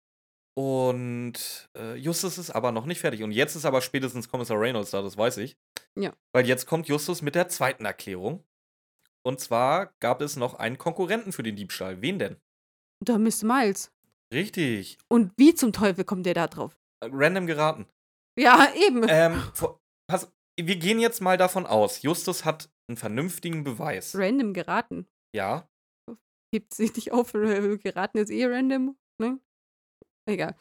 und, äh, Justus ist aber noch nicht fertig. Und jetzt ist aber spätestens Kommissar Reynolds da, das weiß ich. Ja. Weil jetzt kommt Justus mit der zweiten Erklärung. Und zwar gab es noch einen Konkurrenten für den Diebstahl. Wen denn? Der Mister Miles. Richtig. Und wie zum Teufel kommt der da drauf? Äh, random geraten. Ja, eben. Ähm, vo pass wir gehen jetzt mal davon aus, Justus hat 'n vernünftigen Beweis. Random geraten. Ja. Hebt sich nicht auf, äh, geraten ist eh random, ne? Egal.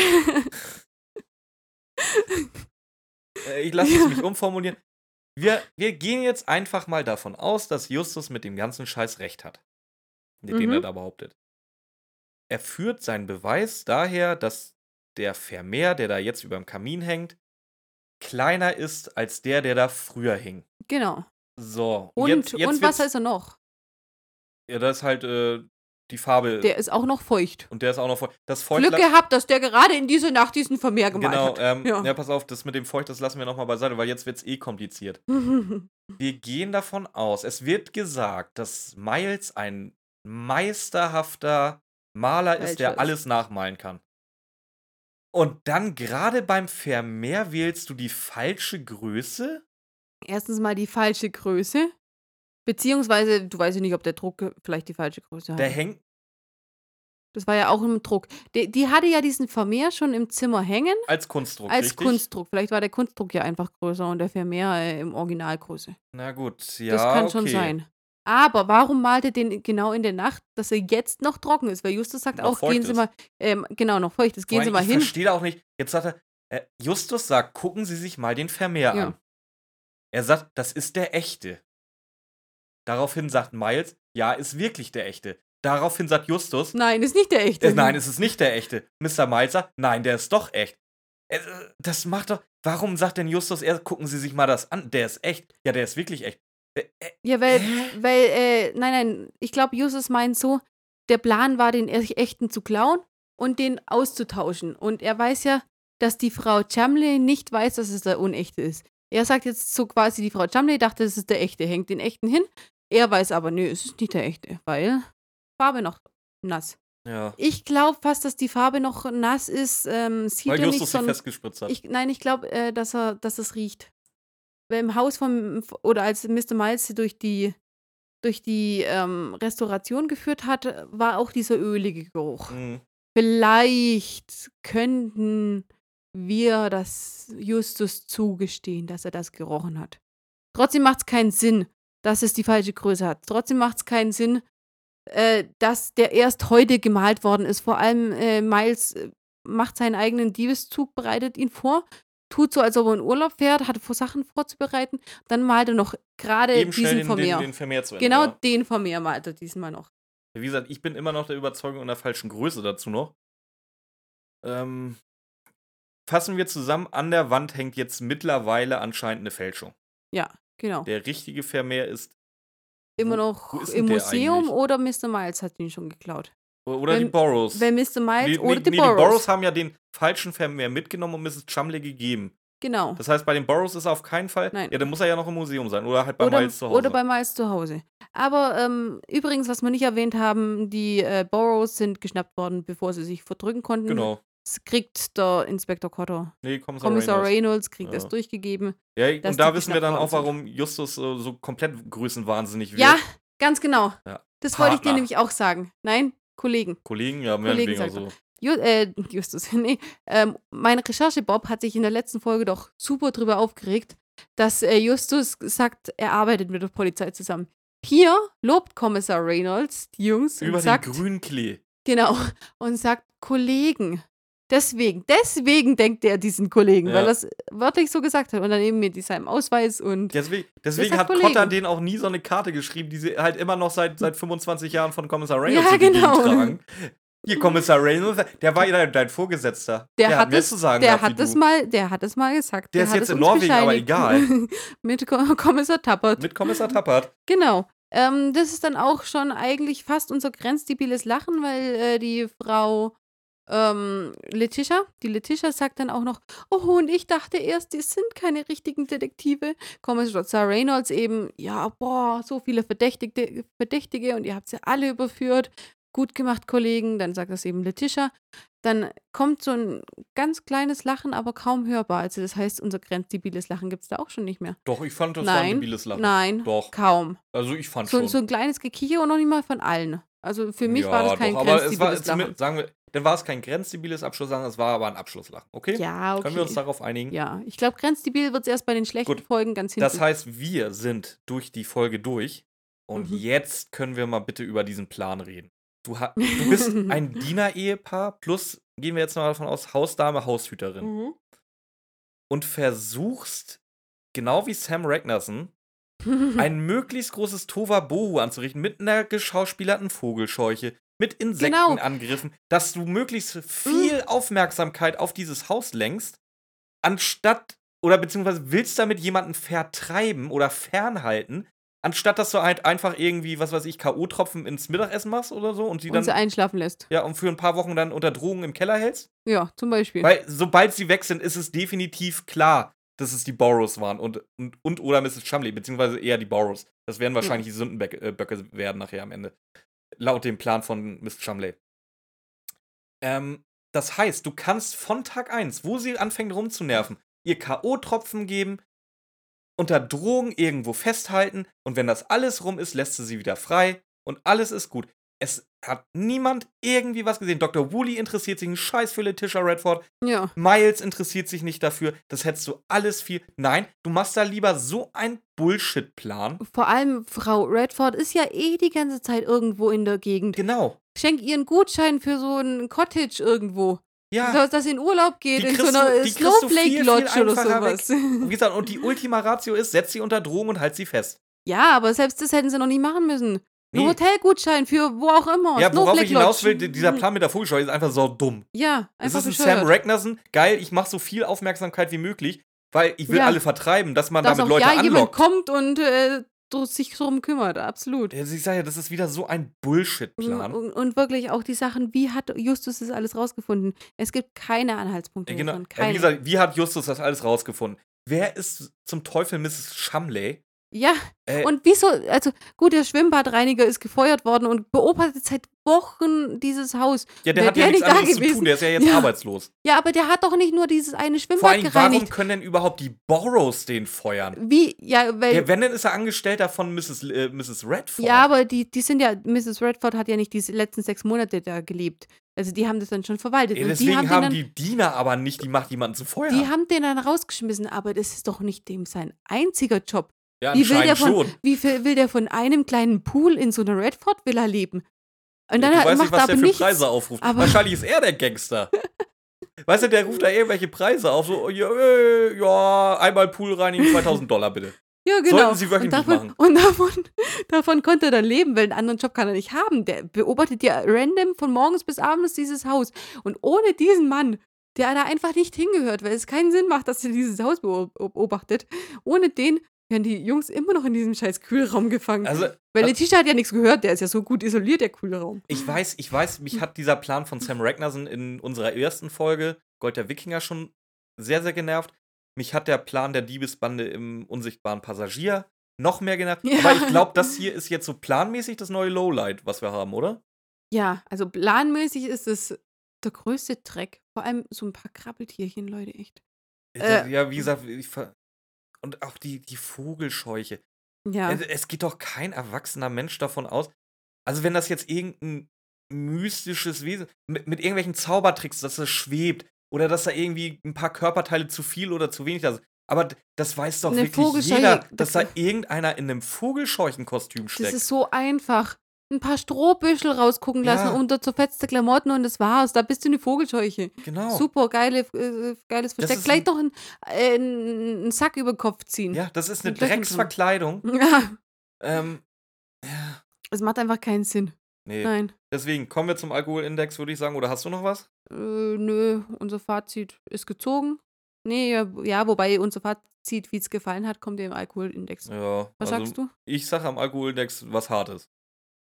Äh, ich lasse es mich Ja. umformulieren. Wir wir gehen jetzt einfach mal davon aus, dass Justus mit dem ganzen Scheiß recht hat, mit dem er Mhm. da behauptet. Er führt seinen Beweis daher, dass der Vermehr, der da jetzt überm Kamin hängt, kleiner ist als der, der da früher hing. Genau. So, jetzt Und jetzt und was wird's ist er noch? Ja, da ist halt, äh, die Farbe Der ist auch noch feucht. und der ist auch noch feu das Glück Feuchtla gehabt, dass der gerade in diese Nacht diesen Vermehr gemalt Genau, hat. ähm, Ja. ja, pass auf, das mit dem Feucht, das lassen wir noch mal beiseite, weil jetzt wird's eh kompliziert. Wir gehen davon aus, es wird gesagt, dass Miles ein meisterhafter Maler ist, Fälscher der ist. alles nachmalen kann. Und dann grade beim Vermehr wählst du die falsche Größe? Erstens mal die falsche Größe, beziehungsweise du weißt ja nicht, ob der Druck, äh, vielleicht die falsche Größe Der hatte. hängt Das war ja auch im Druck. De die hatte ja diesen Vermehr schon im Zimmer hängen Als Kunstdruck, als richtig? Kunstdruck. Vielleicht war der Kunstdruck ja einfach größer und der Vermehr, äh, im Originalgröße. Na gut, Das ja, kann schon okay. sein. Aber warum malt er den genau in der Nacht, dass er jetzt noch trocken ist? Weil Justus sagt Noch auch: „Gehen feucht Sie ist. mal" ähm, genau, noch feucht ist. Vor „Gehen Sie allem, mal ich hin." verstehe da auch nicht jetzt sagt er, äh Justus sagt: „Gucken Sie sich mal den Vermehr Ja. an." Er sagt: „Das ist der echte." Daraufhin sagt Miles: „Ja, ist wirklich der echte." Daraufhin sagt Justus: „Nein, ist nicht der „Äh, echte." nein, es ist nicht der echte." Mister Miles sagt: „Nein, der ist doch echt." Äh, das macht doch warum sagt denn Justus erst: „Gucken Sie sich mal das an, der ist echt." Ja, der ist wirklich echt. Äh, äh, Ja, weil hä? weil, äh nein, nein, ich glaube, Justus meint so, der Plan war, den ech echten zu klauen und den auszutauschen. Und er weiß ja, dass die Frau Chumley nicht weiß, dass es der unechte ist. Er sagt jetzt so quasi, die Frau Chumley dachte, es ist der echte, hängt den echten hin. Er weiß aber, nö, es ist nicht der echte, weil Farbe noch nass. Ja. Ich glaube fast, dass die Farbe noch nass ist, ähm, sieht Weil er nicht, Justus sie son festgespritzt hat. ich nein, ich glaube, äh, dass er dass es riecht. Weil im Haus vom oder als Mister Miles sie durch die durch die, ähm, Restauration geführt hat, war auch dieser ölige Geruch. Mhm. Vielleicht könnten wir das Justus zugestehen, dass er das gerochen hat. Trotzdem macht's keinen Sinn, dass es die falsche Größe hat. Trotzdem macht's keinen Sinn, äh, dass der erst heute gemalt worden ist. Vor allem, äh, Miles, äh, macht seinen eigenen Diebeszug, bereitet ihn vor, tut so, als ob er in Urlaub fährt, hat vor, Sachen vorzubereiten. Dann malt er noch grade Eben schnell diesen den den Vermehr. den Vermehr zu Ende, Genau ja. den Vermehr malt er diesmal noch. Wie gesagt, ich bin immer noch der Überzeugung in der falschen Größe dazu noch. Ähm, fassen wir zusammen, an der Wand hängt jetzt mittlerweile anscheinend 'ne Fälschung. Ja, genau. Der richtige Vermehr ist Immer wo wo noch ist im denn der Museum eigentlich? oder Mister Miles hat ihn schon geklaut? O oder die Wenn Burrows. wenn Mister Miles Ne, ne, oder die ne, die Burrows Burrows. haben ja den falschen Vermehr mitgenommen und Misses Chumley gegeben. Genau. Das heißt, bei den Burrows ist er auf keinen Fall Nein. ja, dann muss er ja noch im Museum sein oder halt bei Oder Miles zu oder Hause. bei Miles zu Hause. Aber, ähm, übrigens, was wir nicht erwähnt haben, die, äh, Burrows sind geschnappt worden, bevor sie sich verdrücken konnten. Genau. Das kriegt der Inspektor Cotter Ne, Kommissar Kommissar Reynolds. Reynolds kriegt das Ja. durchgegeben, Ja, dass und da die wissen wir geschnappt dann worden auch, sind. warum Justus, äh, so komplett größenwahnsinnig wird. Ja, ganz genau. Ja. Das wollte ich dir Partner. nämlich auch sagen. Nein, Kollegen. Kollegen, ja, Kollegen meinetwegen auch sagt er. so. Ju äh, Justus, ne, ähm, mein Recherche-Bob hat sich in der letzten Folge doch super drüber aufgeregt, dass, äh, Justus sagt, er arbeitet mit der Polizei zusammen. Hier lobt Kommissar Reynolds die Jungs und Über den sagt grünen Klee. genau, und sagt: „Kollegen." Deswegen deswegen denkt er, die sind Kollegen, weil Ja. er's wörtlich so gesagt hat und dann eben mit di seinem Ausweis und Deswe der deswegen sagt hat Cotter Kollegen. denen auch nie so 'ne Karte geschrieben, die sie halt immer noch seit seit fünfundzwanzig Jahren von Kommissar Reynolds Ja, durch die Gegend genau. tragen. Hier, Kommissar Reynolds, der war ja dein dein Vorgesetzter. Der Der hat hat mehr es zu sagen der gehabt wie hat es du. mal der hat es mal gesagt. Der Der ist hat jetzt es in uns Norwegen, aber bescheinigt. egal. Mit Ko Kommissar Tappert. Mit Kommissar Tappert. Genau. Ähm, das ist dann auch schon eigentlich fast unser grenzdebiles Lachen, weil, äh, die Frau, ähm, Letitia. Die Letitia sagt dann auch noch: „Oh, und ich dachte erst, die sind keine richtigen Detektive.“ Kommissar Reynolds eben: „Ja, boah, so viele Verdächtigte Verdächtige und ihr habt sie alle überführt. Gut gemacht, Kollegen.“ Dann sagt das eben Letitia. Dann kommt so 'n ganz kleines Lachen, aber kaum hörbar. Also, das heißt, unser grenzdebiles Lachen gibt's da auch schon nicht mehr. Doch, ich fand, das war 'n Nein, debiles Lachen. nein, Doch. kaum. Also, ich fand So 'n so schon. 'n kleines Gekicher und noch nicht mal von allen. Also, für mich war das Ja, doch, kein aber es war grenzdebiles zumin Lachen. sagen wir, dann war es kein grenzdebiles Abschlusslachen, es war aber 'n Abschlusslachen, okay? Ja, Können wir uns okay. darauf einigen? Ja, ich glaube, grenzdebil wird's erst bei den schlechten Gut. Folgen ganz Das hinten. heißt, wir sind durch die Folge durch und Mhm. jetzt können wir mal bitte über diesen Plan reden. Du ha du bist ein Dienerehepaar plus, gehen wir jetzt mal davon aus, Hausdame, Haushüterin Mhm. und versuchst, genau wie Sam Ragnarsson, ein möglichst großes Tohuwabohu anzurichten mit 'ner geschauspielerten Vogelscheuche, mit Genau. Insektenangriffen, dass du möglichst Mhm. viel Aufmerksamkeit auf dieses Haus lenkst, anstatt oder beziehungsweise willst damit jemanden vertreiben oder fernhalten, anstatt dass du halt einfach irgendwie, was weiß ich, K O-Tropfen ins Mittagessen machst oder so und sie Und sie dann einschlafen lässt. ja, und für 'n paar Wochen dann unter Drogen im Keller hältst? Ja, zum Beispiel. Weil sobald sie weg sind, ist es definitiv klar, dass es die Borrows waren und und und oder Misses Shumley, beziehungsweise eher die Borrows. Das werden Ja. wahrscheinlich die Sündenböcke äh, Böcke werden nachher am Ende, laut dem Plan von Miss Shumley. Ähm, das heißt, du kannst von Tag eins, wo sie anfängt rumzunerven, ihr K O-Tropfen geben, unter Drogen irgendwo festhalten und wenn das alles rum ist, lässt du sie wieder frei und alles ist gut. Es hat niemand irgendwie was gesehen. Doktor Woolley interessiert sich 'n Scheiß für Letitia Redford. Ja. Miles interessiert sich nicht dafür. Das hättest du alles viel nein, du machst da lieber so einen Bullshit-Plan. Vor allem Frau Redford ist ja eh die ganze Zeit irgendwo in der Gegend. Genau. Schenk ihr 'n Gutschein für so 'n Cottage irgendwo. Ja. Da dass sie in Urlaub geht Die in so kriegst 'ner, du äh, die kriegst du Snowflake viel, viel Lodge oder einfacher so weg. was. Und wie gesagt, und die Ultima Ratio ist, setz sie unter Drogen und halt sie fest. Ja, aber selbst das hätten sie noch nicht machen müssen. 'N Ne. Hotelgutschein für wo auch immer, Ja, worauf ich Snowflake hinaus will, Lodge. di dieser Plan mit der Vogelscheuche ist einfach saudumm. Ja, Es einfach ist 'n Sam bescheuert. Ragnarsson, geil, ich mache so viel Aufmerksamkeit wie möglich, weil ich will Ja. alle vertreiben, dass man Dass damit auch Leute ja jemand anlockt. kommt und, äh, dr sich drum kümmert, absolut. Also, ich sage ja, das ist wieder so ein Un Bullshit-Plan. un und wirklich auch die Sachen, wie hat Justus das alles rausgefunden? Es gibt keine Anhaltspunkte Ja, da genau. drin, Ja, wie keine. gesagt, wie hat Justus das alles rausgefunden? Wer ist zum Teufel Misses Shumley? Ja, Äh und wieso also, gut, der Schwimmbadreiniger ist gefeuert worden und beobachtet seit Wochen dieses Haus. Ja, der Wäre hat ja der nix nicht da anderes zu tun, gewesen der ist ja jetzt ja. arbeitslos. Ja, aber der hat doch nicht nur dieses eine Vor Schwimmbad allen Dingen, warum gereinigt. können denn überhaupt die Borrows den feuern? Wie? Ja, weil Ja, wenn, dann ist er Angestellter von Misses L äh, Misses Redford. Ja, aber die die sind ja Misses Redford hat ja nicht diese letzten sechs Monate da gelebt. Also, die haben das dann schon verwaltet Ja, und die haben deswegen den haben dann die Diener aber nicht die Macht, jemanden zu die feuern. haben den dann rausgeschmissen, aber das ist doch nicht dem sein einziger Job. Ja, Wie will der anscheinend von schon. wie viel will der von einem kleinen Pool in so 'ner Redford-Villa leben? Und Ja, dann du hat weißt nicht, macht er was der aber für nichts. Preise aufruft. Aber Wahrscheinlich ist er der Gangster. Weißt du, der ruft da irgendwelche Preise auf, so: „Ja, äh, ja, einmal Pool reinigen, zweitausend Dollar bitte.“ Ja, genau. Sollten sie Und wöchentlich davon machen. und davon davon konnte er dann leben, weil 'n anderen Job kann er nicht haben. Der beobachtet ja random von morgens bis abends dieses Haus. Und ohne diesen Mann, der da einfach nicht hingehört, weil es keinen Sinn macht, dass er dieses Haus beob beobachtet, ohne den wären die Jungs immer noch in diesem scheiß Kühlraum gefangen. Also, Weil al Letitia hat ja nix gehört, der ist ja so gut isoliert, der Kühlraum. Ich weiß ich weiß, mich hat dieser Plan von Sam Ragnarsson in unserer ersten Folge Gold der Wikinger schon sehr, sehr genervt. Mich hat der Plan der Diebesbande im unsichtbaren Passagier noch mehr genervt. Aber ich Ja. glaube, das hier ist jetzt so planmäßig das neue Lowlight, was wir haben, oder? Ja, also planmäßig ist es der größte Dreck. Vor allem so 'n paar Krabbeltierchen, Leute, echt. Äh, Äh. ja, wie gesagt, ich ver und auch die die Vogelscheuche. Ja. Es es geht doch kein erwachsener Mensch davon aus also, wenn das jetzt irgend 'n mystisches Wesen mit mit irgendwelchen Zaubertricks, dass das schwebt oder dass da irgendwie 'n paar Körperteile zu viel oder zu wenig da sind. Aber d das weiß doch 'Ne wirklich Vogelscheuche, jeder, da dass da irgendeiner in 'nem Vogelscheuchenkostüm Das steckt. ist so einfach. 'N paar Strohbüschel rausgucken lassen Ja. unter zerfetzte Klamotten und das war's. Da bist du 'ne Vogelscheuche. Genau. Super geile äh, geiles Das Versteck. ist Vielleicht 'n noch 'n äh, 'n 'n Sack über Kopf ziehen. Ja, das ist 'ne Mit Löchern drin. Drecksverkleidung. Ja. Ähm, ja. Es macht einfach keinen Sinn. Ne. Nein. Deswegen kommen wir zum Alkoholindex, würde ich sagen. Oder hast du noch was? Äh, nö, unser Fazit ist gezogen. Ne, ja, ja, wobei unser Fazit, wie's gefallen hat, kommt ja im Alkoholindex. Ja, Was also, sagst du? ich sage am Alkoholindex was Hartes.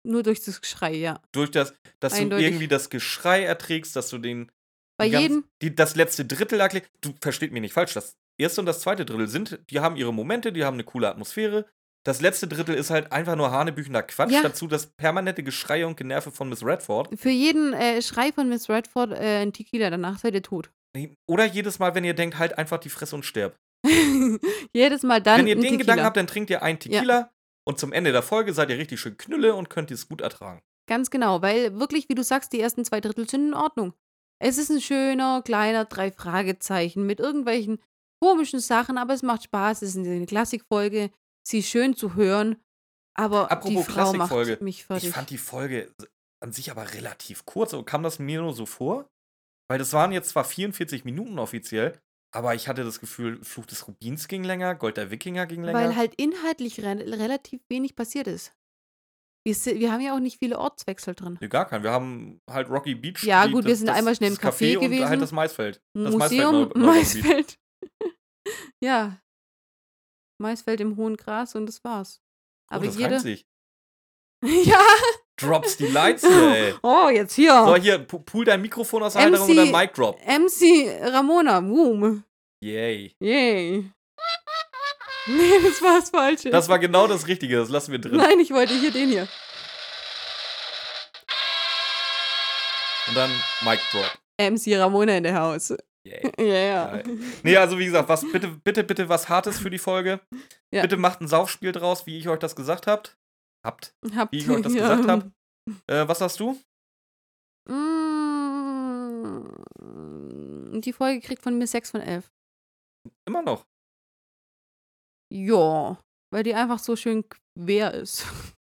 Nur durch das Geschrei, ja. Durch das, dass du Eindeutig. irgendwie das Geschrei erträgst, dass du den Bei die ganz, jedem. die, das letzte Drittel erklärst. Du versteht mich nicht falsch, das erste und das zweite Drittel sind, die haben ihre Momente, die haben eine coole Atmosphäre. Das letzte Drittel ist halt einfach nur hanebüchender Quatsch. Ja. Dazu das permanente Geschrei und Generve von Miss Redford. Für jeden äh, Schrei von Miss Redford äh, ein Tequila, danach seid ihr tot. Oder jedes Mal, wenn ihr denkt, halt einfach die Fresse und sterbt. Jedes Mal dann Wenn ihr ein den Tequila. Gedanken habt, dann trinkt ihr einen Tequila und zum Ende der Folge seid ihr richtig schön Knülle und könnt es gut ertragen. Ganz genau, weil wirklich, wie du sagst, die ersten zwei Drittel sind in Ordnung. Es ist ein schöner, kleiner drei Fragezeichen mit irgendwelchen komischen Sachen, aber es macht Spaß. Es ist eine Klassikfolge. Sie ist schön zu hören, aber Apropos die Frau Klassikfolge, macht mich fertig. Ich fand die Folge an sich aber relativ kurz. So kam das mir nur so vor? Weil das waren jetzt zwar vierundvierzig Minuten offiziell, aber ich hatte das Gefühl, Fluch des Rubins ging länger, Gold der Wikinger ging länger. Weil halt inhaltlich re relativ wenig passiert ist. Wir, si- wir haben ja auch nicht viele Ortswechsel drin. Nee, gar keinen. Wir haben halt Rocky Beach. Ja, die- gut, wir das- sind das- einmal schnell im das Café und gewesen. halt das Maisfeld. Das Museum, Maisfeld. Neu- Neubaum Beach. Maisfeld. Ja. Maisfeld im hohen Gras und das war's. Oh, Aber das jeder. reimt sich. Ja. Drops die Lights hier, ey. Oh, jetzt hier. So, hier, pu- pull dein Mikrofon aus der Halterung und M C dann Mic Drop. M C Ramona, boom. Yay. Yay. Nee, das war das Falsche. Das war genau das Richtige, das lassen wir drin. Nein, ich wollte hier den hier. Und dann Mic Drop. M C Ramona in der Haus. Yay. Ja, ja. Geil. Nee, also wie gesagt, was, bitte, bitte, bitte was Hartes für die Folge. Ja. Bitte macht ein Saufspiel draus, wie ich euch das gesagt habt. Habt. Habt Wie ich euch das ja. gesagt hab. Äh, was hast du? Mm, Die Folge kriegt von mir sechs von elf. Immer noch. Ja, weil die einfach so schön quer ist.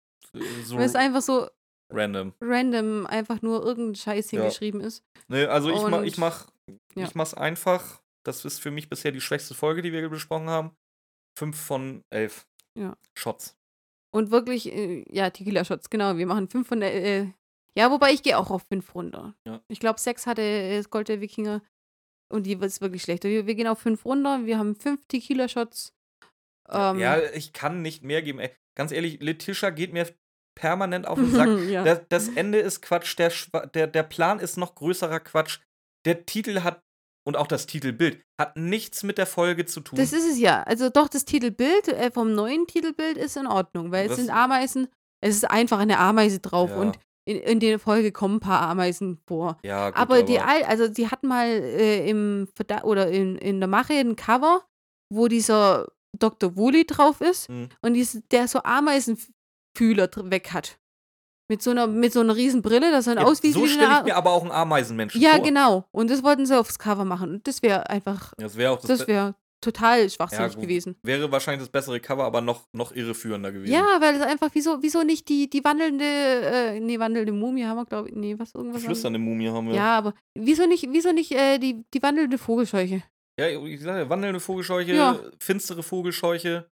So Weil es einfach so random. random einfach nur irgendein Scheiß Ja. hingeschrieben ist. Nee, also ich, mach, Und- ich, mach, ja. ich mach's einfach. Das ist für mich bisher die schwächste Folge, die wir besprochen haben. Fünf von elf Ja. Shots. Und wirklich, äh, ja, Tequila-Shots, genau. Wir machen fünf von der, äh, ja, wobei ich gehe auch auf fünf runter. Ja. Ich glaube, sechs hatte äh, das Gold der Wikinger und die ist wirklich schlecht. Wir, wir gehen auf fünf runter, wir haben fünf Tequila-Shots. Ähm, Ja, ich kann nicht mehr geben. Ey, ganz ehrlich, Letitia geht mir permanent auf den Sack. ja. Das, das Ende ist Quatsch, der, Schwa- der, der Plan ist noch größerer Quatsch. Der Titel hat, und auch das Titelbild, hat nichts mit der Folge zu tun. Das ist es ja. Also doch, das Titelbild äh, vom neuen Titelbild ist in Ordnung, weil es Was- sind Ameisen, es ist einfach eine Ameise drauf Ja. und in, in der Folge kommen ein paar Ameisen vor. ja, gut, aber die Al also sie hatten mal äh, im Verda oder in, in der Mache ein Cover, wo dieser Doktor Woolley drauf ist Mhm. und dies, der so Ameisenfühler dr- weg hat. Mit so einer mit so einer riesen Brille, das dann Ja, aus wie so wie stelle eine ich mir aber auch einen Ameisenmenschen Ja, vor. genau. Und das wollten sie aufs Cover machen. Und das wäre einfach, Das wäre auch das, das Be- wäre total ja, schwachsinnig gut. gewesen. Wäre wahrscheinlich das bessere Cover, aber noch, noch irreführender gewesen. Ja, weil es einfach, wieso, wieso nicht die, die wandelnde, äh, nee, wandelnde Mumie haben wir, glaube ich, nee, was, irgendwas. haben Flüsternde Mumie haben wir? wir. Ja, aber wieso nicht, wieso nicht äh, die, die wandelnde Vogelscheuche? Ja, ich sag ja, wandelnde Vogelscheuche, Ja. finstere Vogelscheuche.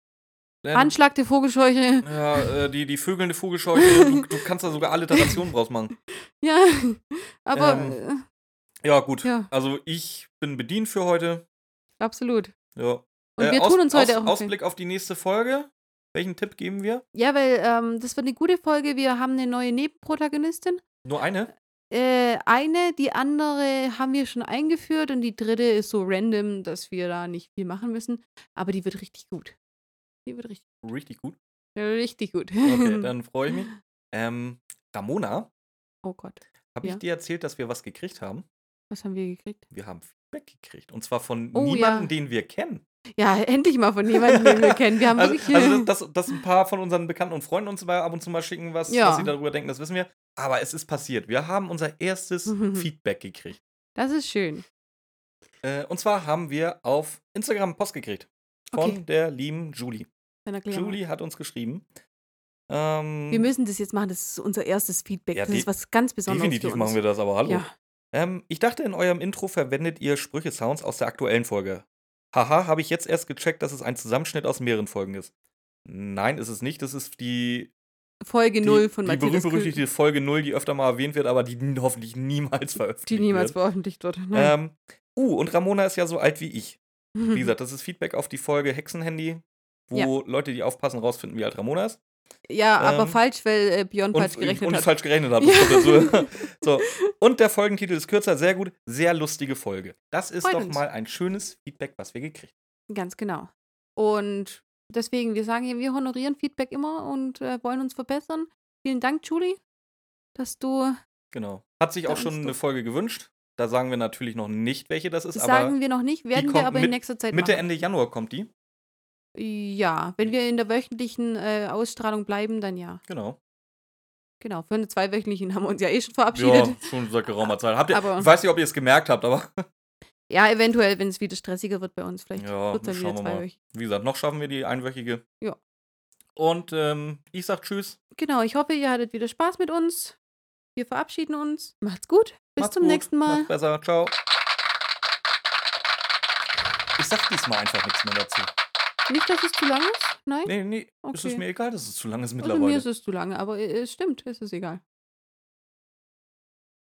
Ähm, Anschlagte Vogelscheuche. Ja, äh, die, die vögelnde Vogelscheuche. du, du kannst da sogar Alliterationen draus machen. Ja, aber Ähm, Ja, gut. Ja. Also ich bin bedient für heute. äh, absolut. Ja. Und wir tun uns heute auch- Ausblick auf die nächste Folge. Welchen Tipp geben wir? Ja, weil ähm, das wird eine gute Folge. Wir haben eine neue Nebenprotagonistin. Nur eine? Äh, eine, die andere haben wir schon eingeführt und die dritte ist so random, dass wir da nicht viel machen müssen. Aber die wird richtig gut. Die wird richtig, Richtig gut. richtig gut. Okay, dann freue ich mich. Ähm, Ramona, Oh Gott, habe Ja. ich dir erzählt, dass wir was gekriegt haben? was haben wir gekriegt? Wir haben Feedback gekriegt. Und zwar von Oh, niemandem, ja. den wir kennen. Ja, endlich mal von jemandem, den wir kennen. Wir haben Also, wirklich. also dass, dass, dass ein paar von unseren Bekannten und Freunden uns mal ab und zu mal schicken, was, Ja. was sie darüber denken, das wissen wir. Aber es ist passiert. Wir haben unser erstes Mhm. Feedback gekriegt. Das ist schön. Äh, und zwar haben wir auf Instagram Post gekriegt. Von Okay. der lieben Julie. Dann erklär mal. Julie hat uns geschrieben. Ähm, Wir müssen das jetzt machen. Das ist unser erstes Feedback. Ja, das de- ist was ganz Besonderes. definitiv für uns. machen wir das, aber hallo. Ja. Ähm, ich dachte, in eurem Intro verwendet ihr Sprüche-Sounds aus der aktuellen Folge. Haha, habe ich jetzt erst gecheckt, dass es ein Zusammenschnitt aus mehreren Folgen ist. Nein, ist es nicht. Das ist die, Folge die, null von die Mathildas berühmt-berüchtigte Folge null, die öfter mal erwähnt wird, aber die n- hoffentlich niemals veröffentlicht die niemals wird. veröffentlicht wird. Nein. Ähm, uh, und Ramona ist ja so alt wie ich. Wie gesagt, das ist Feedback auf die Folge Hexenhandy, wo Ja. Leute, die aufpassen, rausfinden, wie alt Ramona ist. Ja, aber Ähm, falsch, weil äh, Björn und falsch gerechnet und ich hat. falsch gerechnet habe. Das kommt dazu. So. Und der Folgentitel ist kürzer, sehr gut, sehr lustige Folge. Das ist Freut doch uns. mal ein schönes Feedback, was wir gekriegt haben. Ganz genau. Und deswegen, wir sagen ja, wir honorieren Feedback immer und äh, wollen uns verbessern. Vielen Dank, Julie, dass du Genau. Hat sich da auch schon uns eine doch. Folge gewünscht. Da sagen wir natürlich noch nicht, welche das ist, aber Sagen wir noch nicht, die werden wir kommt aber in mit nächster Zeit Mitte, machen. Ende Januar kommt die. Ja, wenn wir in der wöchentlichen äh, Ausstrahlung bleiben, dann ja. Genau. Genau, für eine zweiwöchentlichen haben wir uns ja eh schon verabschiedet. Ja, schon seit geraumer Zeit. Habt ihr, ich Aber weiß nicht, ob ihr es gemerkt habt, aber ja, eventuell, wenn es wieder stressiger wird bei uns, vielleicht ja, wird es dann wieder schauen wir mal. zweiwöchig. Wie gesagt, noch schaffen wir die einwöchige. Ja. Und ähm, ich sag Tschüss. Genau, ich hoffe, ihr hattet wieder Spaß mit uns. Wir verabschieden uns. Macht's gut. Bis Macht's zum gut. nächsten Mal. Macht's besser. Ciao. Ich sag diesmal einfach nichts mehr dazu. Nicht, dass es zu lang ist? Nein? Nee, nee. Ist es Okay. mir egal, dass es zu lang ist Also mir mittlerweile. ist es zu lange, aber äh, es stimmt, es ist egal.